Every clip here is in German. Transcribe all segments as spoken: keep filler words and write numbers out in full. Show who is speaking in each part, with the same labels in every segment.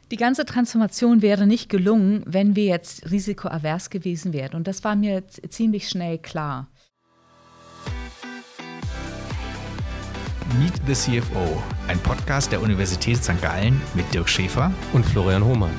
Speaker 1: Die ganze Transformation wäre nicht gelungen, wenn wir jetzt risikoavers gewesen wären. Und das war mir z- ziemlich schnell klar.
Speaker 2: Meet the C F O, ein Podcast der Universität Sankt Gallen mit Dirk Schäfer
Speaker 3: und Florian Hohmann.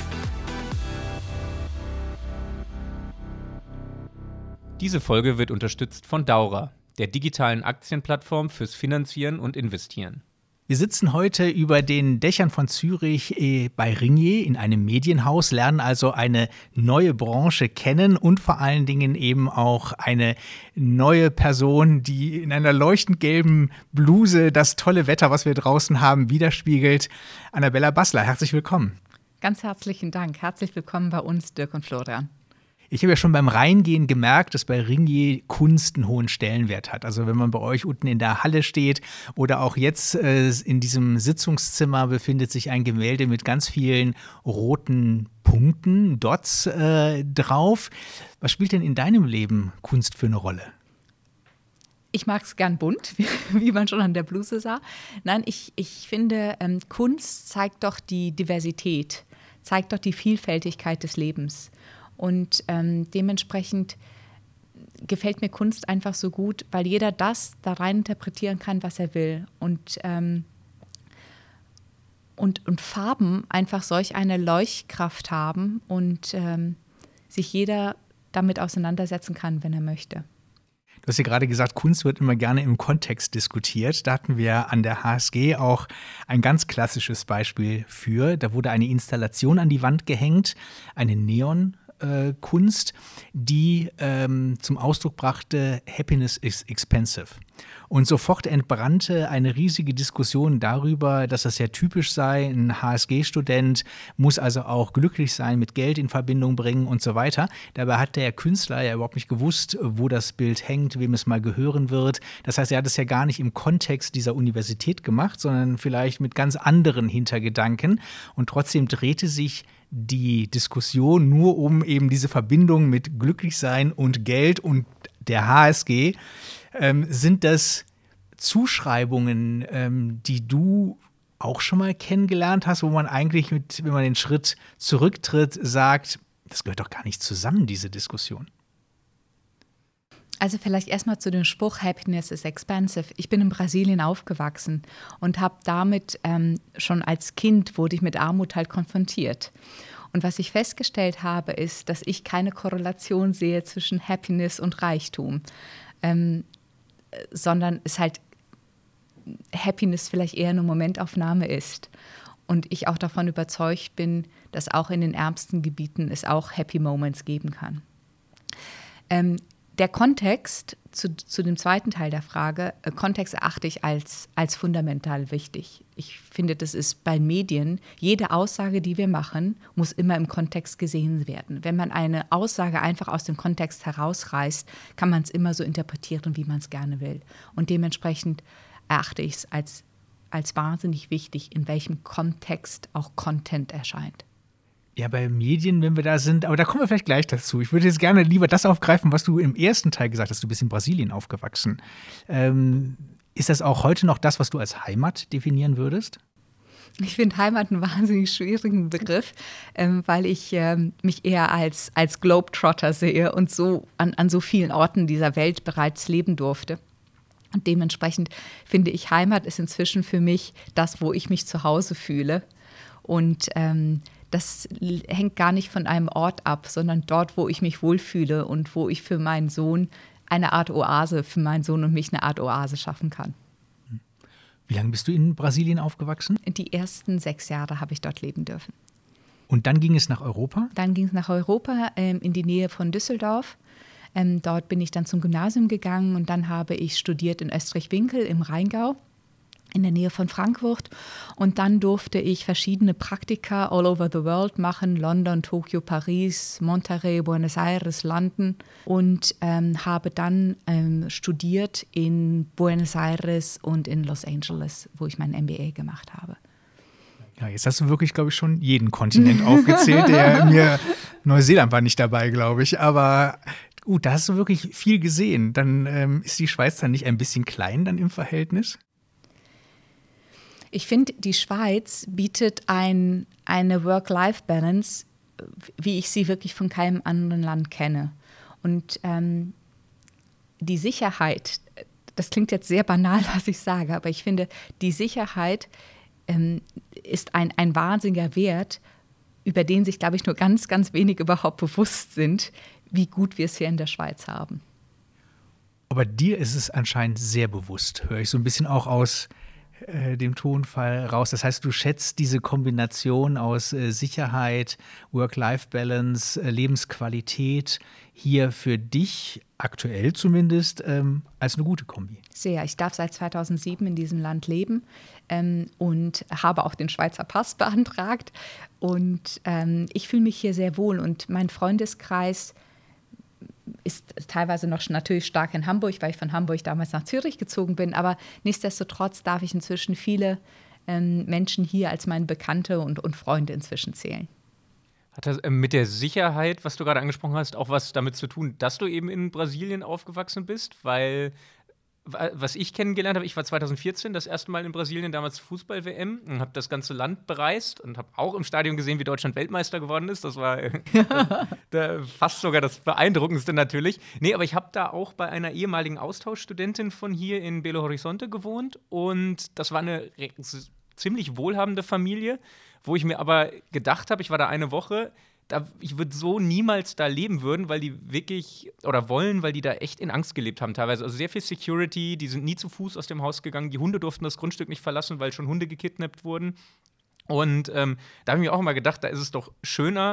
Speaker 3: Diese Folge wird unterstützt von Daura, der digitalen Aktienplattform fürs Finanzieren und Investieren.
Speaker 2: Wir sitzen heute über den Dächern von Zürich äh, bei Ringier in einem Medienhaus, lernen also eine neue Branche kennen und vor allen Dingen eben auch eine neue Person, die in einer leuchtend gelben Bluse das tolle Wetter, was wir draußen haben, widerspiegelt. Annabella Bassler, herzlich willkommen.
Speaker 1: Ganz herzlichen Dank. Herzlich willkommen bei uns, Dirk und Florian.
Speaker 2: Ich habe ja schon beim Reingehen gemerkt, dass bei Ringier Kunst einen hohen Stellenwert hat. Also wenn man bei euch unten in der Halle steht oder auch jetzt äh, in diesem Sitzungszimmer befindet sich ein Gemälde mit ganz vielen roten Punkten, Dots äh, drauf. Was spielt denn in deinem Leben Kunst für eine Rolle?
Speaker 1: Ich mag es gern bunt, wie, wie man schon an der Bluse sah. Nein, ich, ich finde, ähm, Kunst zeigt doch die Diversität, zeigt doch die Vielfältigkeit des Lebens. Und ähm, dementsprechend gefällt mir Kunst einfach so gut, weil jeder das da rein interpretieren kann, was er will. Und, ähm, und, und Farben einfach solch eine Leuchtkraft haben und ähm, sich jeder damit auseinandersetzen kann, wenn er möchte.
Speaker 2: Du hast ja gerade gesagt, Kunst wird immer gerne im Kontext diskutiert. Da hatten wir an der H S G auch ein ganz klassisches Beispiel für. Da wurde eine Installation an die Wand gehängt, eine Neon- Kunst, die ähm, zum Ausdruck brachte, Happiness is expensive. Und sofort entbrannte eine riesige Diskussion darüber, dass das ja typisch sei, ein H S G-Student muss also auch glücklich sein, mit Geld in Verbindung bringen und so weiter. Dabei hat der Künstler ja überhaupt nicht gewusst, wo das Bild hängt, wem es mal gehören wird. Das heißt, er hat es ja gar nicht im Kontext dieser Universität gemacht, sondern vielleicht mit ganz anderen Hintergedanken. Und trotzdem drehte sich die Diskussion nur um eben diese Verbindung mit Glücklichsein und Geld und der H S G. Ähm, sind das Zuschreibungen, ähm, die du auch schon mal kennengelernt hast, wo man eigentlich, mit, wenn man den Schritt zurücktritt, sagt, das gehört doch gar nicht zusammen, diese Diskussion?
Speaker 1: Also vielleicht erstmal zu dem Spruch, Happiness is expensive. Ich bin in Brasilien aufgewachsen und habe damit ähm, schon als Kind wurde ich mit Armut halt konfrontiert. Und was ich festgestellt habe, ist, dass ich keine Korrelation sehe zwischen Happiness und Reichtum, ähm, sondern es halt Happiness vielleicht eher eine Momentaufnahme ist. Und ich auch davon überzeugt bin, dass auch in den ärmsten Gebieten es auch Happy Moments geben kann. Ähm, Der Kontext zu, zu dem zweiten Teil der Frage, äh, Kontext erachte ich als, als fundamental wichtig. Ich finde, das ist bei Medien, jede Aussage, die wir machen, muss immer im Kontext gesehen werden. Wenn man eine Aussage einfach aus dem Kontext herausreißt, kann man es immer so interpretieren, wie man es gerne will. Und dementsprechend erachte ich es als, als wahnsinnig wichtig, in welchem Kontext auch Content erscheint.
Speaker 2: Ja, bei Medien, wenn wir da sind, aber da kommen wir vielleicht gleich dazu. Ich würde jetzt gerne lieber das aufgreifen, was du im ersten Teil gesagt hast. Du bist in Brasilien aufgewachsen. Ähm, ist das auch heute noch das, was du als Heimat definieren würdest?
Speaker 1: Ich finde Heimat einen wahnsinnig schwierigen Begriff, ähm, weil ich ähm, mich eher als, als Globetrotter sehe und so an, an so vielen Orten dieser Welt bereits leben durfte. Und dementsprechend finde ich, Heimat ist inzwischen für mich das, wo ich mich zu Hause fühle. Und ähm, das hängt gar nicht von einem Ort ab, sondern dort, wo ich mich wohlfühle und wo ich für meinen Sohn eine Art Oase, für meinen Sohn und mich eine Art Oase schaffen kann.
Speaker 2: Wie lange bist du in Brasilien aufgewachsen?
Speaker 1: Die ersten sechs Jahre habe ich dort leben dürfen.
Speaker 2: Und dann ging es nach Europa?
Speaker 1: Dann ging es nach Europa, ähm, in die Nähe von Düsseldorf. Ähm, dort bin ich dann zum Gymnasium gegangen und dann habe ich studiert in Österreich-Winkel im Rheingau, in der Nähe von Frankfurt. Und dann durfte ich verschiedene Praktika all over the world machen, London, Tokio, Paris, Monterrey, Buenos Aires, London. Und ähm, habe dann ähm, studiert in Buenos Aires und in Los Angeles, wo ich meinen M B A gemacht habe.
Speaker 2: Ja, jetzt hast du wirklich, glaube ich, schon jeden Kontinent aufgezählt. Der mir Neuseeland war nicht dabei, glaube ich. Aber gut, da hast du wirklich viel gesehen. Dann ähm, ist die Schweiz dann nicht ein bisschen klein dann im Verhältnis?
Speaker 1: Ich finde, die Schweiz bietet ein, eine Work-Life-Balance, wie ich sie wirklich von keinem anderen Land kenne. Und ähm, die Sicherheit, das klingt jetzt sehr banal, was ich sage, aber ich finde, die Sicherheit ähm, ist ein, ein wahnsinniger Wert, über den sich, glaube ich, nur ganz, ganz wenig überhaupt bewusst sind, wie gut wir es hier in der Schweiz haben.
Speaker 2: Aber dir ist es anscheinend sehr bewusst, höre ich so ein bisschen auch aus äh, dem Tonfall raus. Das heißt, du schätzt diese Kombination aus äh, Sicherheit, Work-Life-Balance, äh, Lebensqualität hier für dich, aktuell zumindest, ähm, als eine gute Kombi.
Speaker 1: Sehr. Ich darf seit zweitausendsieben in diesem Land leben ähm, und habe auch den Schweizer Pass beantragt. Und ähm, ich fühle mich hier sehr wohl. Und mein Freundeskreis ist teilweise noch natürlich stark in Hamburg, weil ich von Hamburg damals nach Zürich gezogen bin. Aber nichtsdestotrotz darf ich inzwischen viele ähm, Menschen hier als meine Bekannte und, und Freunde inzwischen zählen.
Speaker 3: Hat das äh, mit der Sicherheit, was du gerade angesprochen hast, auch was damit zu tun, dass du eben in Brasilien aufgewachsen bist? Weil, wa- was ich kennengelernt habe, ich war zweitausendvierzehn das erste Mal in Brasilien, damals Fußball-W M, und habe das ganze Land bereist und habe auch im Stadion gesehen, wie Deutschland Weltmeister geworden ist. Das war äh, da, fast sogar das Beeindruckendste natürlich. Nee, aber ich habe da auch bei einer ehemaligen Austauschstudentin von hier in Belo Horizonte gewohnt, und das war eine re- s- ziemlich wohlhabende Familie, wo ich mir aber gedacht habe, ich war da eine Woche, da, ich würde so niemals da leben würden, weil die wirklich, oder wollen, weil die da echt in Angst gelebt haben teilweise. Also sehr viel Security, die sind nie zu Fuß aus dem Haus gegangen, die Hunde durften das Grundstück nicht verlassen, weil schon Hunde gekidnappt wurden. Und ähm, da habe ich mir auch immer gedacht, da ist es doch schöner,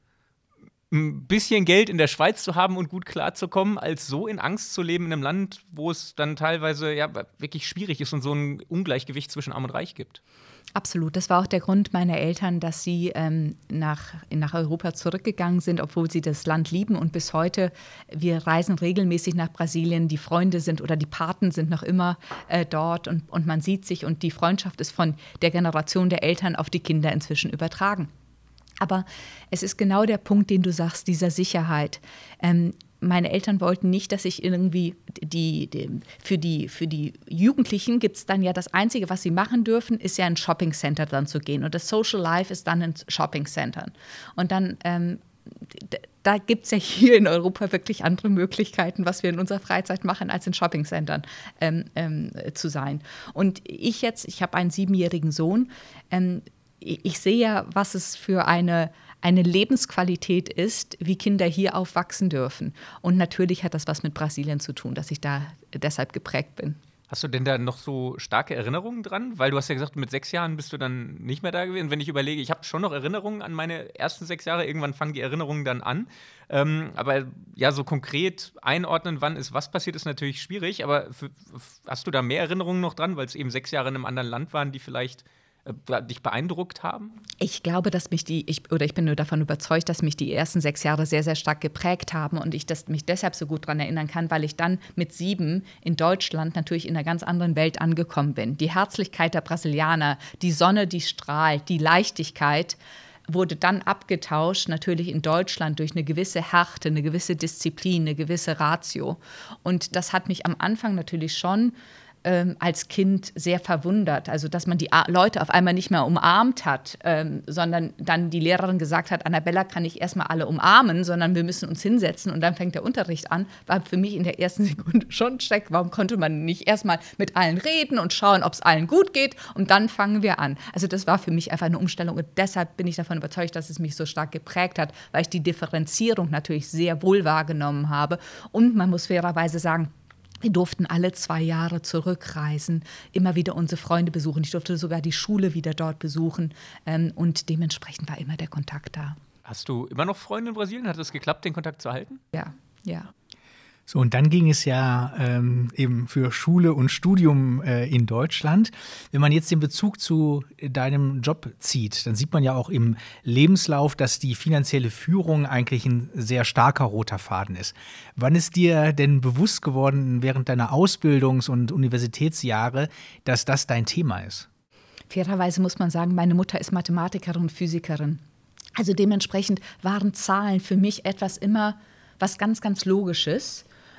Speaker 3: ein bisschen Geld in der Schweiz zu haben und gut klarzukommen, als so in Angst zu leben in einem Land, wo es dann teilweise ja wirklich schwierig ist und so ein Ungleichgewicht zwischen Arm und Reich gibt.
Speaker 1: Absolut. Das war auch der Grund meiner Eltern, dass sie ähm, nach, nach Europa zurückgegangen sind, obwohl sie das Land lieben. Und bis heute, wir reisen regelmäßig nach Brasilien. Die Freunde sind oder die Paten sind noch immer äh, dort. Und, und man sieht sich. Und die Freundschaft ist von der Generation der Eltern auf die Kinder inzwischen übertragen. Aber es ist genau der Punkt, den du sagst, dieser Sicherheit. Ähm, Meine Eltern wollten nicht, dass ich irgendwie, die, die, für, die, für die Jugendlichen gibt es dann ja das Einzige, was sie machen dürfen, ist ja in Shoppingcenter dann zu gehen. Und das Social Life ist dann in Shoppingcentern. Und dann, ähm, d- da gibt es ja hier in Europa wirklich andere Möglichkeiten, was wir in unserer Freizeit machen, als in Shoppingcentern ähm, ähm, zu sein. Und ich jetzt, ich habe einen siebenjährigen Sohn, ähm, ich sehe ja, was es für eine, eine Lebensqualität ist, wie Kinder hier aufwachsen dürfen. Und natürlich hat das was mit Brasilien zu tun, dass ich da deshalb geprägt bin.
Speaker 3: Hast du denn da noch so starke Erinnerungen dran? Weil du hast ja gesagt, mit sechs Jahren bist du dann nicht mehr da gewesen. Wenn ich überlege, ich habe schon noch Erinnerungen an meine ersten sechs Jahre. Irgendwann fangen die Erinnerungen dann an. Ähm, aber ja, so konkret einordnen, wann ist was passiert, ist natürlich schwierig. Aber für, hast du da mehr Erinnerungen noch dran, weil es eben sechs Jahre in einem anderen Land waren, die vielleicht äh, dich beeindruckt haben?
Speaker 1: Ich glaube, dass mich die, ich, oder ich bin nur davon überzeugt, dass mich die ersten sechs Jahre sehr, sehr stark geprägt haben und ich das, mich deshalb so gut daran erinnern kann, weil ich dann mit sieben in Deutschland natürlich in einer ganz anderen Welt angekommen bin. Die Herzlichkeit der Brasilianer, die Sonne, die strahlt, die Leichtigkeit wurde dann abgetauscht, natürlich in Deutschland, durch eine gewisse Härte, eine gewisse Disziplin, eine gewisse Ratio. Und das hat mich am Anfang natürlich schon ähm, als Kind sehr verwundert. Also, dass man die A- Leute auf einmal nicht mehr umarmt hat, ähm, sondern dann die Lehrerin gesagt hat, Annabella kann nicht erstmal alle umarmen, sondern wir müssen uns hinsetzen und dann fängt der Unterricht an, war für mich in der ersten Sekunde schon ein Schreck. Warum konnte man nicht erstmal mit allen reden und schauen, ob es allen gut geht und dann fangen wir an. Also das war für mich einfach eine Umstellung und deshalb bin ich davon überzeugt, dass es mich so stark geprägt hat, weil ich die Differenzierung natürlich sehr wohl wahrgenommen habe. Und man muss fairerweise sagen, wir durften alle zwei Jahre zurückreisen, immer wieder unsere Freunde besuchen. Ich durfte sogar die Schule wieder dort besuchen ähm, und dementsprechend war immer der Kontakt da.
Speaker 3: Hast du immer noch Freunde in Brasilien? Hat es geklappt, den Kontakt zu halten?
Speaker 1: Ja, ja.
Speaker 2: So, und dann ging es ja ähm, eben für Schule und Studium äh, in Deutschland. Wenn man jetzt den Bezug zu deinem Job zieht, dann sieht man ja auch im Lebenslauf, dass die finanzielle Führung eigentlich ein sehr starker roter Faden ist. Wann ist dir denn bewusst geworden während deiner Ausbildungs- und Universitätsjahre, dass das dein Thema ist?
Speaker 1: Fairerweise muss man sagen, meine Mutter ist Mathematikerin und Physikerin. Also dementsprechend waren Zahlen für mich etwas immer was ganz, ganz Logisches.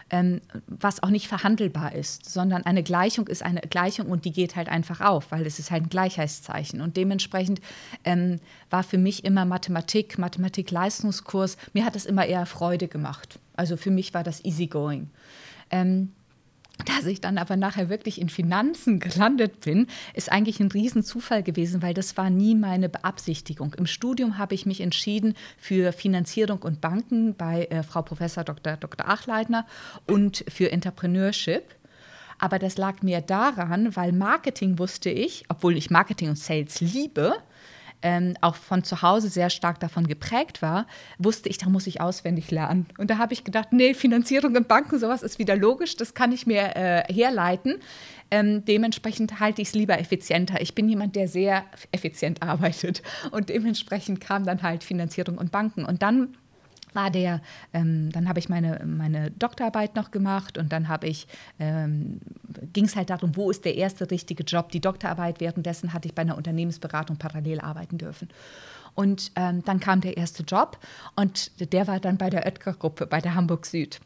Speaker 1: ähm, was auch nicht verhandelbar ist, sondern eine Gleichung ist eine Gleichung und die geht halt einfach auf, weil es ist halt ein Gleichheitszeichen. Und dementsprechend ähm, war für mich immer Mathematik, Mathematik-Leistungskurs, mir hat es immer eher Freude gemacht. Also für mich war das easygoing. Ähm, Dass ich dann aber nachher wirklich in Finanzen gelandet bin, ist eigentlich ein Riesenzufall gewesen, weil das war nie meine Beabsichtigung. Im Studium habe ich mich entschieden für Finanzierung und Banken bei äh, Frau Professor Doktor Doktor Achleitner und für Entrepreneurship. Aber das lag mir daran, weil Marketing wusste ich, obwohl ich Marketing und Sales liebe, Ähm, auch von zu Hause sehr stark davon geprägt war, wusste ich, da muss ich auswendig lernen. Und da habe ich gedacht, nee, Finanzierung in Banken, sowas ist wieder logisch, das kann ich mir äh, herleiten. Ähm, dementsprechend halte ich es lieber effizienter. Ich bin jemand, der sehr effizient arbeitet. Und dementsprechend kam dann halt Finanzierung und Banken. Und dann war der, ähm, dann habe ich meine, meine Doktorarbeit noch gemacht und dann habe ich, ähm, ging es halt darum, wo ist der erste richtige Job. Die Doktorarbeit, währenddessen hatte ich bei einer Unternehmensberatung parallel arbeiten dürfen. Und ähm, dann kam der erste Job und der war dann bei der Oetker-Gruppe, bei der Hamburg Süd.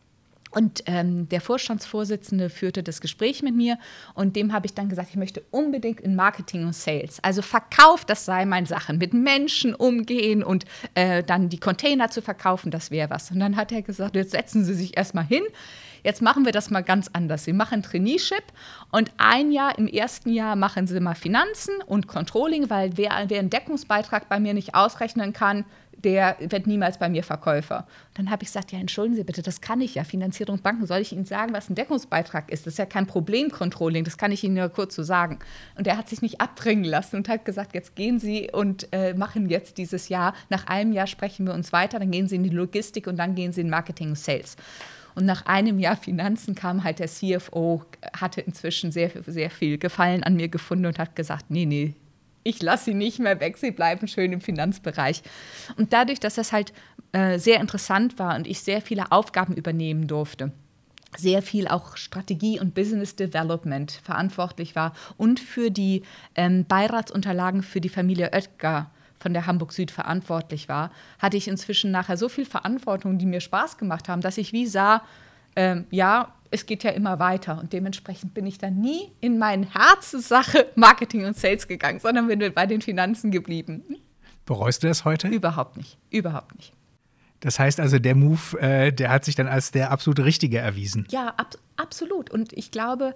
Speaker 1: Und ähm, der Vorstandsvorsitzende führte das Gespräch mit mir und dem habe ich dann gesagt, ich möchte unbedingt in Marketing und Sales. Also Verkauf, das sei meine Sache. Mit Menschen umgehen und äh, dann die Container zu verkaufen, das wäre was. Und dann hat er gesagt, jetzt setzen Sie sich erst mal hin. Jetzt machen wir das mal ganz anders. Sie machen Traineeship und ein Jahr, im ersten Jahr machen Sie mal Finanzen und Controlling, weil wer, wer einen Deckungsbeitrag bei mir nicht ausrechnen kann, der wird niemals bei mir Verkäufer. Dann habe ich gesagt, ja, entschuldigen Sie bitte, das kann ich ja, Finanzierung Banken. Soll ich Ihnen sagen, was ein Deckungsbeitrag ist? Das ist ja kein Problem, Controlling, das kann ich Ihnen nur kurz so sagen. Und er hat sich nicht abbringen lassen und hat gesagt, jetzt gehen Sie und äh, machen jetzt dieses Jahr. Nach einem Jahr sprechen wir uns weiter, dann gehen Sie in die Logistik und dann gehen Sie in Marketing und Sales. Und nach einem Jahr Finanzen kam halt der C F O, hatte inzwischen sehr, sehr viel Gefallen an mir gefunden und hat gesagt, nee, nee, ich lasse Sie nicht mehr weg, Sie bleiben schön im Finanzbereich. Und dadurch, dass das halt äh, sehr interessant war und ich sehr viele Aufgaben übernehmen durfte, sehr viel auch Strategie und Business Development verantwortlich war und für die ähm, Beiratsunterlagen für die Familie Oetker von der Hamburg Süd verantwortlich war, hatte ich inzwischen nachher so viel Verantwortung, die mir Spaß gemacht haben, dass ich wie sah, ähm, ja, es geht ja immer weiter. Und dementsprechend bin ich dann nie in meine Herzenssache Marketing und Sales gegangen, sondern bin bei den Finanzen geblieben.
Speaker 2: Bereust du das heute?
Speaker 1: Überhaupt nicht, überhaupt nicht.
Speaker 2: Das heißt also, der Move, äh, der hat sich dann als der absolut richtige erwiesen.
Speaker 1: Ja, ab, absolut. Und ich glaube,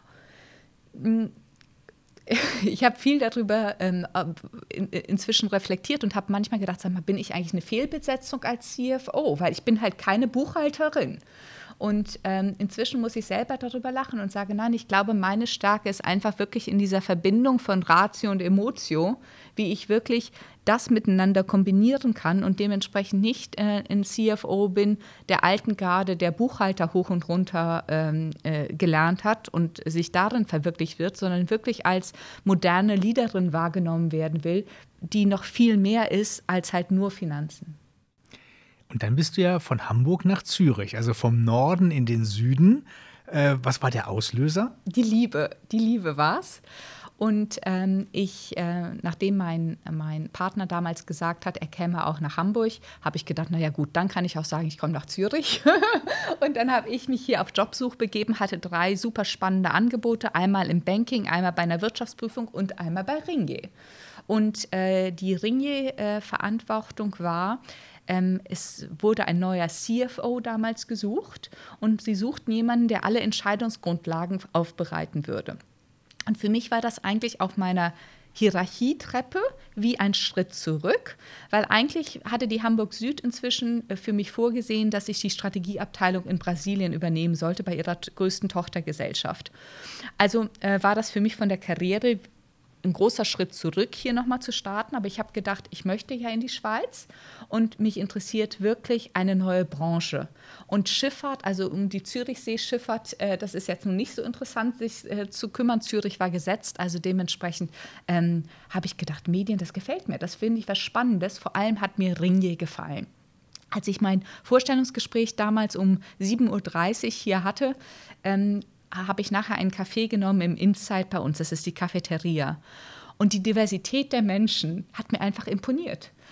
Speaker 1: mh, ich habe viel darüber ähm, in, inzwischen reflektiert und habe manchmal gedacht, sag mal, bin ich eigentlich eine Fehlbesetzung als C F O? Weil ich bin halt keine Buchhalterin. Und ähm, inzwischen muss ich selber darüber lachen und sage, nein, ich glaube, meine Stärke ist einfach wirklich in dieser Verbindung von Ratio und Emotio, wie ich wirklich das miteinander kombinieren kann und dementsprechend nicht äh, ein C F O bin, der alten Garde, der Buchhalter hoch und runter ähm, äh, gelernt hat und sich darin verwirklicht wird, sondern wirklich als moderne Leaderin wahrgenommen werden will, die noch viel mehr ist als halt nur Finanzen.
Speaker 2: Und dann bist du ja von Hamburg nach Zürich, also vom Norden in den Süden. Äh, was war der Auslöser?
Speaker 1: Die Liebe, die Liebe war's. Und ähm, ich, äh, nachdem mein, mein Partner damals gesagt hat, er käme auch nach Hamburg, habe ich gedacht, naja gut, dann kann ich auch sagen, ich komme nach Zürich. Und dann habe ich mich hier auf Jobsuche begeben, hatte drei super spannende Angebote, einmal im Banking, einmal bei einer Wirtschaftsprüfung und einmal bei Ringier. Und äh, die Ringier-Verantwortung war, Ähm, es wurde ein neuer C F O damals gesucht und sie suchten jemanden, der alle Entscheidungsgrundlagen aufbereiten würde. Und für mich war das eigentlich auf meiner Hierarchietreppe wie ein Schritt zurück, weil eigentlich hatte die Hamburg Süd inzwischen für mich vorgesehen, dass ich die Strategieabteilung in Brasilien übernehmen sollte bei ihrer größten Tochtergesellschaft. Also äh, war das für mich von der Karriere ein großer Schritt zurück, hier nochmal zu starten. Aber ich habe gedacht, ich möchte ja in die Schweiz und mich interessiert wirklich eine neue Branche. Und Schifffahrt, also um die Zürichsee-Schifffahrt, äh, das ist jetzt nun nicht so interessant, sich äh, zu kümmern. Zürich war gesetzt, also dementsprechend ähm, habe ich gedacht, Medien, das gefällt mir, das finde ich was Spannendes. Vor allem hat mir Ringier gefallen. Als ich mein Vorstellungsgespräch damals um sieben Uhr dreißig hier hatte, ähm, habe ich nachher einen Kaffee genommen im Inside bei uns, das ist die Cafeteria. Und die Diversität der Menschen hat mir einfach imponiert.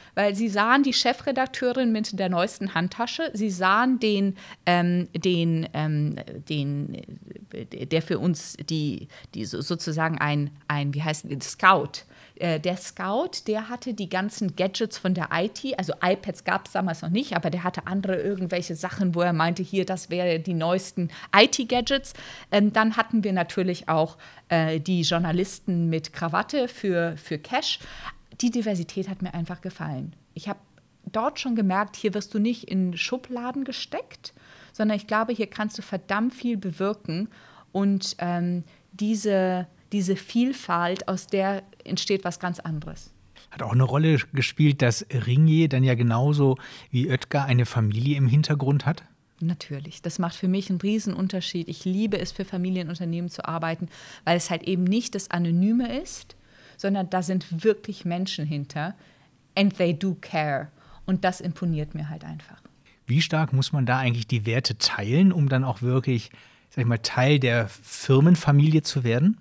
Speaker 1: Weil sie sahen die Chefredakteurin mit der neuesten Handtasche, sie sahen den, ähm, den, ähm, den, der für uns die, die sozusagen ein, ein, wie heißt es, Scout. Äh, der Scout, der hatte die ganzen Gadgets von der I T, also iPads gab es damals noch nicht, aber der hatte andere irgendwelche Sachen, wo er meinte, hier, das wäre die neuesten I T-Gadgets. Ähm, dann hatten wir natürlich auch äh, die Journalisten mit Krawatte für, für Cash. Die Diversität hat mir einfach gefallen. Ich habe dort schon gemerkt, hier wirst du nicht in Schubladen gesteckt, sondern ich glaube, hier kannst du verdammt viel bewirken. Und ähm, diese, diese Vielfalt, aus der entsteht was ganz anderes.
Speaker 2: Hat auch eine Rolle gespielt, dass Ringier dann ja genauso wie Oetker eine Familie im Hintergrund hat?
Speaker 1: Natürlich. Das macht für mich einen Riesenunterschied. Ich liebe es, für Familienunternehmen zu arbeiten, weil es halt eben nicht das Anonyme ist, sondern da sind wirklich Menschen hinter. And they do care. Und das imponiert mir halt einfach.
Speaker 2: Wie stark muss man da eigentlich die Werte teilen, um dann auch wirklich, sag ich mal, Teil der Firmenfamilie zu werden?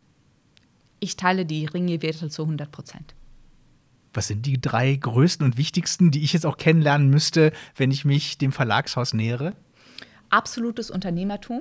Speaker 1: Ich teile die Ringier-Werte zu hundert Prozent.
Speaker 2: Was sind die drei größten und wichtigsten, die ich jetzt auch kennenlernen müsste, wenn ich mich dem Verlagshaus nähere?
Speaker 1: Absolutes Unternehmertum.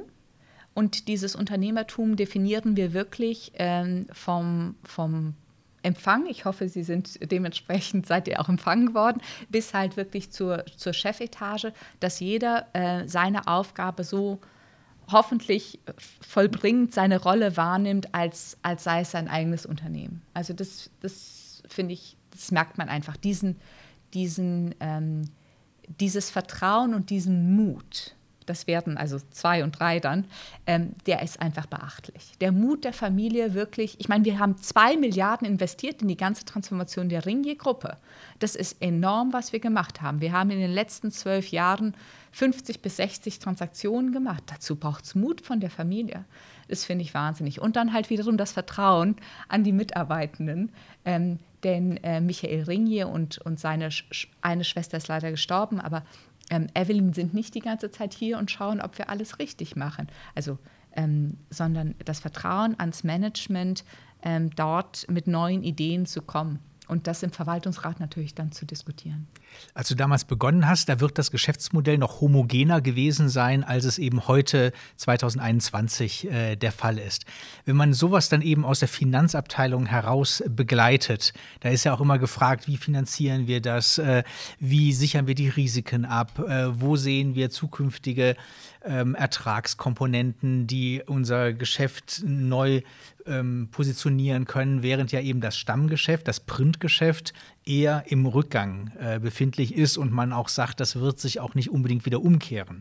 Speaker 1: Und dieses Unternehmertum definieren wir wirklich ähm, vom, vom Empfang. Ich hoffe, Sie sind dementsprechend, seid ihr auch empfangen worden, bis halt wirklich zur, zur Chefetage, dass jeder äh, seine Aufgabe so hoffentlich vollbringend seine Rolle wahrnimmt, als, als sei es sein eigenes Unternehmen. Also das, das finde ich, das merkt man einfach, diesen, diesen, ähm, dieses Vertrauen und diesen Mut. Das werden also zwei und drei dann, ähm, der ist einfach beachtlich. Der Mut der Familie wirklich, ich meine, wir haben zwei Milliarden investiert in die ganze Transformation der Ringier-Gruppe. Das ist enorm, was wir gemacht haben. Wir haben in den letzten zwölf Jahren fünfzig bis sechzig Transaktionen gemacht. Dazu braucht es Mut von der Familie. Das finde ich wahnsinnig. Und dann halt wiederum das Vertrauen an die Mitarbeitenden. Ähm, denn äh, Michael Ringier und, und seine Sch- eine Schwester ist leider gestorben, aber Ähm, Evelyn sind nicht die ganze Zeit hier und schauen, ob wir alles richtig machen. Also, ähm, sondern das Vertrauen ans Management, ähm, dort mit neuen Ideen zu kommen und das im Verwaltungsrat natürlich dann zu diskutieren.
Speaker 2: Als du damals begonnen hast, da wird das Geschäftsmodell noch homogener gewesen sein, als es eben heute zwanzig einundzwanzig äh, der Fall ist. Wenn man sowas dann eben aus der Finanzabteilung heraus begleitet, da ist ja auch immer gefragt, wie finanzieren wir das, äh, wie sichern wir die Risiken ab, äh, wo sehen wir zukünftige ähm, Ertragskomponenten, die unser Geschäft neu ähm, positionieren können, während ja eben das Stammgeschäft, das Printgeschäft eher im Rückgang äh, befindlich ist und man auch sagt, das wird sich auch nicht unbedingt wieder umkehren.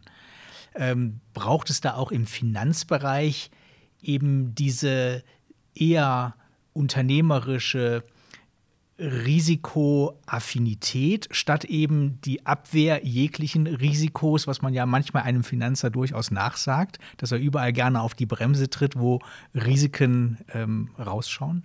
Speaker 2: Ähm, braucht es da auch im Finanzbereich eben diese eher unternehmerische Risikoaffinität statt eben die Abwehr jeglichen Risikos, was man ja manchmal einem Finanzer durchaus nachsagt, dass er überall gerne auf die Bremse tritt, wo Risiken ähm, rausschauen?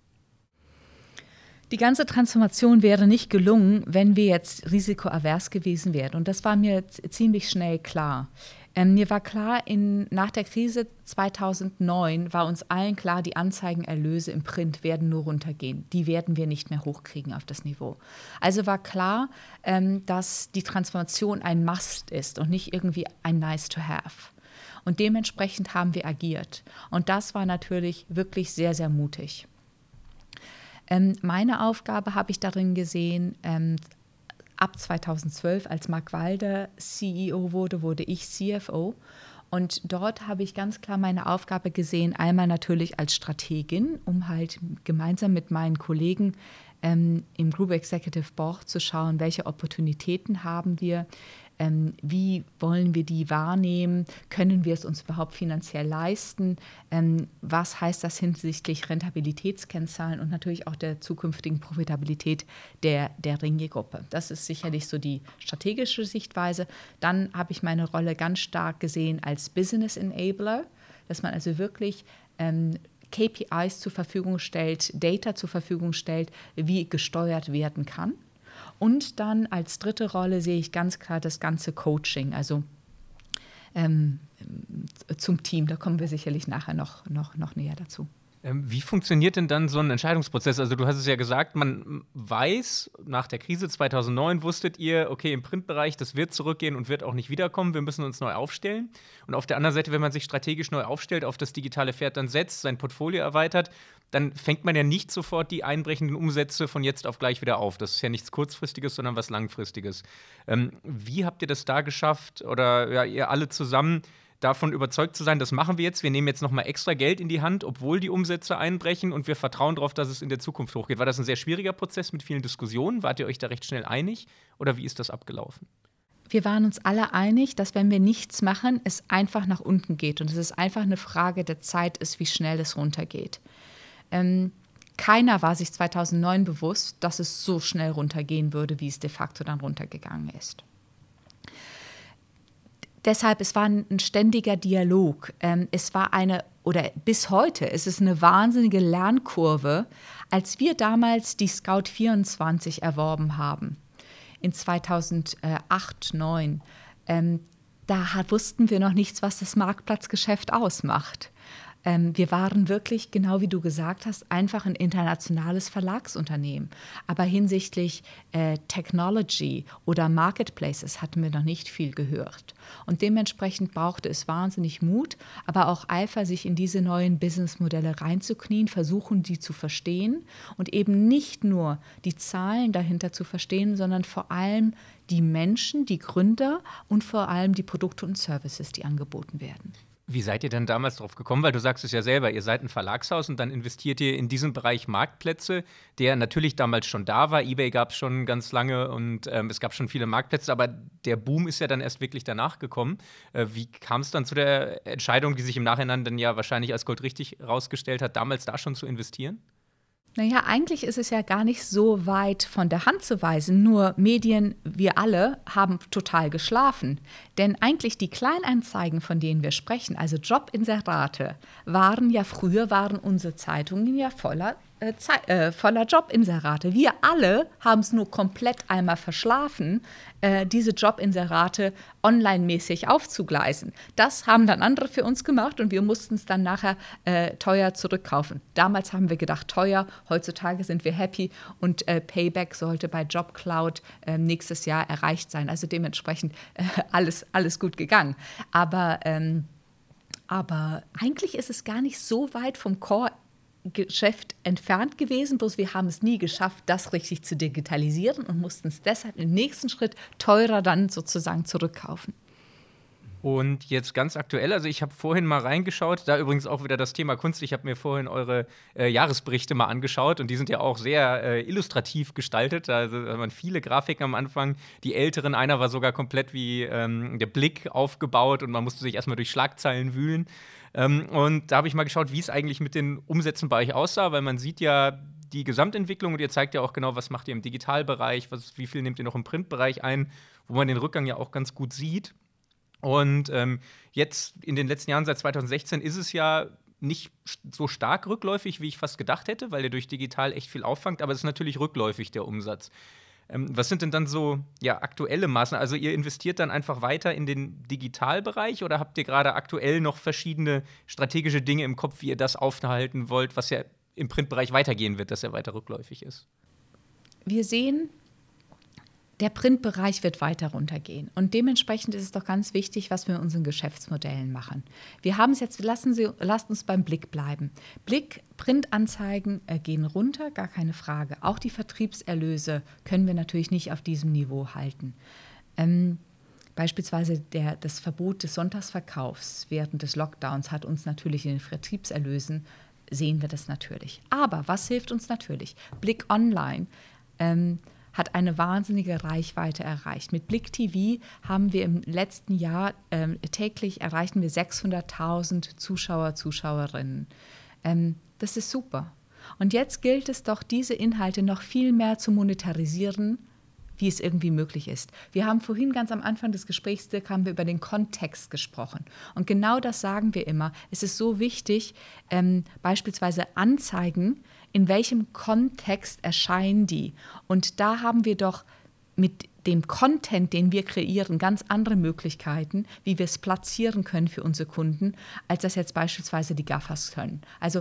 Speaker 1: Die ganze Transformation wäre nicht gelungen, wenn wir jetzt risikoavers gewesen wären. Und das war mir z- ziemlich schnell klar. Ähm, mir war klar, in, nach der Krise zweitausendneun war uns allen klar, die Anzeigenerlöse im Print werden nur runtergehen. Die werden wir nicht mehr hochkriegen auf das Niveau. Also war klar, ähm, dass die Transformation ein Must ist und nicht irgendwie ein Nice to have. Und dementsprechend haben wir agiert. Und das war natürlich wirklich sehr, sehr mutig. Ähm, meine Aufgabe habe ich darin gesehen, ähm, ab zweitausendzwölf, als Mark Walder C E O wurde, wurde ich C F O. Und dort habe ich ganz klar meine Aufgabe gesehen, einmal natürlich als Strategin, um halt gemeinsam mit meinen Kollegen ähm, im Group Executive Board zu schauen, welche Opportunitäten haben wir, ähm, wie wollen wir die wahrnehmen, können wir es uns überhaupt finanziell leisten, ähm, was heißt das hinsichtlich Rentabilitätskennzahlen und natürlich auch der zukünftigen Profitabilität der, der Ringier-Gruppe. Das ist sicherlich so die strategische Sichtweise. Dann habe ich meine Rolle ganz stark gesehen als Business Enabler, dass man also wirklich ähm, K P Is zur Verfügung stellt, Data zur Verfügung stellt, wie gesteuert werden kann. Und dann als dritte Rolle sehe ich ganz klar das ganze Coaching, also ähm, zum Team. Da kommen wir sicherlich nachher noch, noch, noch näher dazu.
Speaker 3: Wie funktioniert denn dann so ein Entscheidungsprozess? Also du hast es ja gesagt, man weiß, nach der Krise zweitausendneun wusstet ihr, okay, im Printbereich, das wird zurückgehen und wird auch nicht wiederkommen, wir müssen uns neu aufstellen. Und auf der anderen Seite, wenn man sich strategisch neu aufstellt, auf das digitale Pferd dann setzt, sein Portfolio erweitert, dann fängt man ja nicht sofort die einbrechenden Umsätze von jetzt auf gleich wieder auf. Das ist ja nichts Kurzfristiges, sondern was Langfristiges. Ähm, wie habt ihr das da geschafft, oder ja, ihr alle zusammen, davon überzeugt zu sein, das machen wir jetzt, wir nehmen jetzt noch mal extra Geld in die Hand, obwohl die Umsätze einbrechen, und wir vertrauen darauf, dass es in der Zukunft hochgeht. War das ein sehr schwieriger Prozess mit vielen Diskussionen? Wart ihr euch da recht schnell einig, oder wie ist das abgelaufen?
Speaker 1: Wir waren uns alle einig, dass wenn wir nichts machen, es einfach nach unten geht und es ist einfach eine Frage der Zeit ist, wie schnell es runtergeht. Ähm, keiner war sich zweitausendneun bewusst, dass es so schnell runtergehen würde, wie es de facto dann runtergegangen ist. Deshalb, es war ein ständiger Dialog. Ähm, es war eine, oder bis heute, es ist eine wahnsinnige Lernkurve. Als wir damals die Scout vierundzwanzig erworben haben, in zweitausendacht, zweitausendneun, ähm, da hat, wussten wir noch nichts, was das Marktplatzgeschäft ausmacht. Ähm, wir waren wirklich, genau wie du gesagt hast, einfach ein internationales Verlagsunternehmen. Aber hinsichtlich äh, Technology oder Marketplaces hatten wir noch nicht viel gehört. Und dementsprechend brauchte es wahnsinnig Mut, aber auch Eifer, sich in diese neuen Businessmodelle reinzuknien, versuchen, die zu verstehen und eben nicht nur die Zahlen dahinter zu verstehen, sondern vor allem die Menschen, die Gründer und vor allem die Produkte und Services, die angeboten werden.
Speaker 3: Wie seid ihr denn damals drauf gekommen? Weil du sagst es ja selber, ihr seid ein Verlagshaus und dann investiert ihr in diesen Bereich Marktplätze, der natürlich damals schon da war. eBay gab es schon ganz lange und ähm, es gab schon viele Marktplätze, aber der Boom ist ja dann erst wirklich danach gekommen. Äh, wie kam es dann zu der Entscheidung, die sich im Nachhinein dann ja wahrscheinlich als goldrichtig rausgestellt hat, damals da schon zu investieren?
Speaker 1: Naja, eigentlich ist es ja gar nicht so weit von der Hand zu weisen. Nur Medien, wir alle, haben total geschlafen. Denn eigentlich die Kleinanzeigen, von denen wir sprechen, also Jobinserate, waren ja früher, waren unsere Zeitungen ja voller, äh, Ze- äh, voller Jobinserate. Wir alle haben es nur komplett einmal verschlafen, äh, diese Jobinserate online-mäßig aufzugleisen. Das haben dann andere für uns gemacht und wir mussten es dann nachher äh, teuer zurückkaufen. Damals haben wir gedacht, teuer, heutzutage sind wir happy und äh, Payback sollte bei JobCloud äh, nächstes Jahr erreicht sein. Also dementsprechend äh, alles, alles gut gegangen. Aber, ähm, aber eigentlich ist es gar nicht so weit vom Core Geschäft entfernt gewesen, bloß wir haben es nie geschafft, das richtig zu digitalisieren und mussten es deshalb im nächsten Schritt teurer dann sozusagen zurückkaufen.
Speaker 3: Und jetzt ganz aktuell, also ich habe vorhin mal reingeschaut, da übrigens auch wieder das Thema Kunst, ich habe mir vorhin eure äh, Jahresberichte mal angeschaut und die sind ja auch sehr äh, illustrativ gestaltet, also da waren viele Grafiken am Anfang, die älteren, einer war sogar komplett wie ähm, der Blick aufgebaut und man musste sich erstmal durch Schlagzeilen wühlen. Ähm, und da habe ich mal geschaut, wie es eigentlich mit den Umsätzen bei euch aussah, weil man sieht ja die Gesamtentwicklung und ihr zeigt ja auch genau, was macht ihr im Digitalbereich, was, wie viel nehmt ihr noch im Printbereich ein, wo man den Rückgang ja auch ganz gut sieht. Und ähm, jetzt in den letzten Jahren, seit zweitausendsechzehn, ist es ja nicht so stark rückläufig, wie ich fast gedacht hätte, weil ihr durch digital echt viel auffangt, aber es ist natürlich rückläufig, der Umsatz. Ähm, was sind denn dann so ja, aktuelle Maßnahmen? Also ihr investiert dann einfach weiter in den Digitalbereich oder habt ihr gerade aktuell noch verschiedene strategische Dinge im Kopf, wie ihr das aufhalten wollt, was ja im Printbereich weitergehen wird, dass er weiter rückläufig ist?
Speaker 1: Wir sehen, der Printbereich wird weiter runtergehen. Und dementsprechend ist es doch ganz wichtig, was wir mit unseren Geschäftsmodellen machen. Wir haben es jetzt, lassen Sie, lasst uns beim Blick bleiben. Blick, Printanzeigen äh, gehen runter, gar keine Frage. Auch die Vertriebserlöse können wir natürlich nicht auf diesem Niveau halten. Ähm, beispielsweise der, das Verbot des Sonntagsverkaufs während des Lockdowns hat uns natürlich in den Vertriebserlösen, sehen wir das natürlich. Aber was hilft uns natürlich? Blick Online ähm, hat eine wahnsinnige Reichweite erreicht. Mit Blick T V haben wir im letzten Jahr ähm, täglich erreichen wir sechshunderttausend Zuschauer, Zuschauerinnen. Ähm, das ist super. Und jetzt gilt es doch, diese Inhalte noch viel mehr zu monetarisieren, wie es irgendwie möglich ist. Wir haben vorhin ganz am Anfang des Gesprächs, Dirk, haben wir über den Kontext gesprochen. Und genau das sagen wir immer. Es ist so wichtig, ähm, beispielsweise Anzeigen, in welchem Kontext erscheinen die? Und da haben wir doch mit dem Content, den wir kreieren, ganz andere Möglichkeiten, wie wir es platzieren können für unsere Kunden, als das jetzt beispielsweise die GAFAs können. Also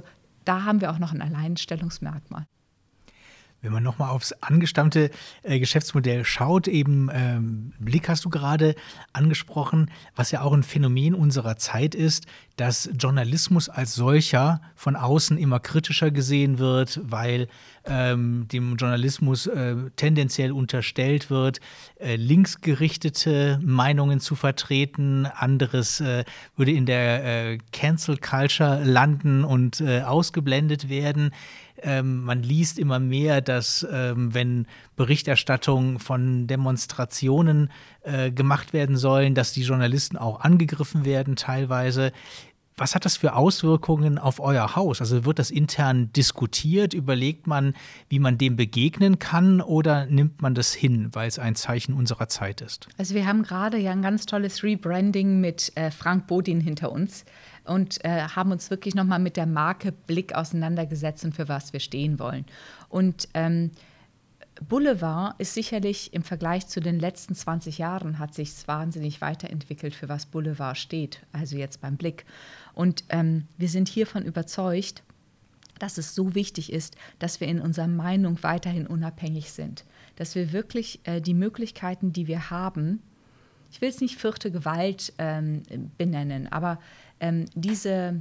Speaker 1: da haben wir auch noch ein Alleinstellungsmerkmal.
Speaker 2: Wenn man nochmal aufs angestammte äh, Geschäftsmodell schaut, eben ähm, Blick hast du gerade angesprochen, was ja auch ein Phänomen unserer Zeit ist, dass Journalismus als solcher von außen immer kritischer gesehen wird, weil ähm, dem Journalismus äh, tendenziell unterstellt wird, äh, linksgerichtete Meinungen zu vertreten, anderes äh, würde in der äh, Cancel Culture landen und äh, ausgeblendet werden. Ähm, man liest immer mehr, dass ähm, wenn Berichterstattung von Demonstrationen äh, gemacht werden sollen, dass die Journalisten auch angegriffen werden teilweise. Was hat das für Auswirkungen auf euer Haus? Also wird das intern diskutiert? Überlegt man, wie man dem begegnen kann, oder nimmt man das hin, weil es ein Zeichen unserer Zeit ist?
Speaker 1: Also wir haben gerade ja ein ganz tolles Rebranding mit äh, Frank Bodin hinter uns und äh, haben uns wirklich nochmal mit der Marke Blick auseinandergesetzt und für was wir stehen wollen. Und ähm, Boulevard ist sicherlich im Vergleich zu den letzten zwanzig Jahren hat sich wahnsinnig weiterentwickelt, für was Boulevard steht, also jetzt beim Blick. Und ähm, wir sind hiervon überzeugt, dass es so wichtig ist, dass wir in unserer Meinung weiterhin unabhängig sind, dass wir wirklich äh, die Möglichkeiten, die wir haben, ich will es nicht vierte Gewalt ähm, benennen, aber ähm, diese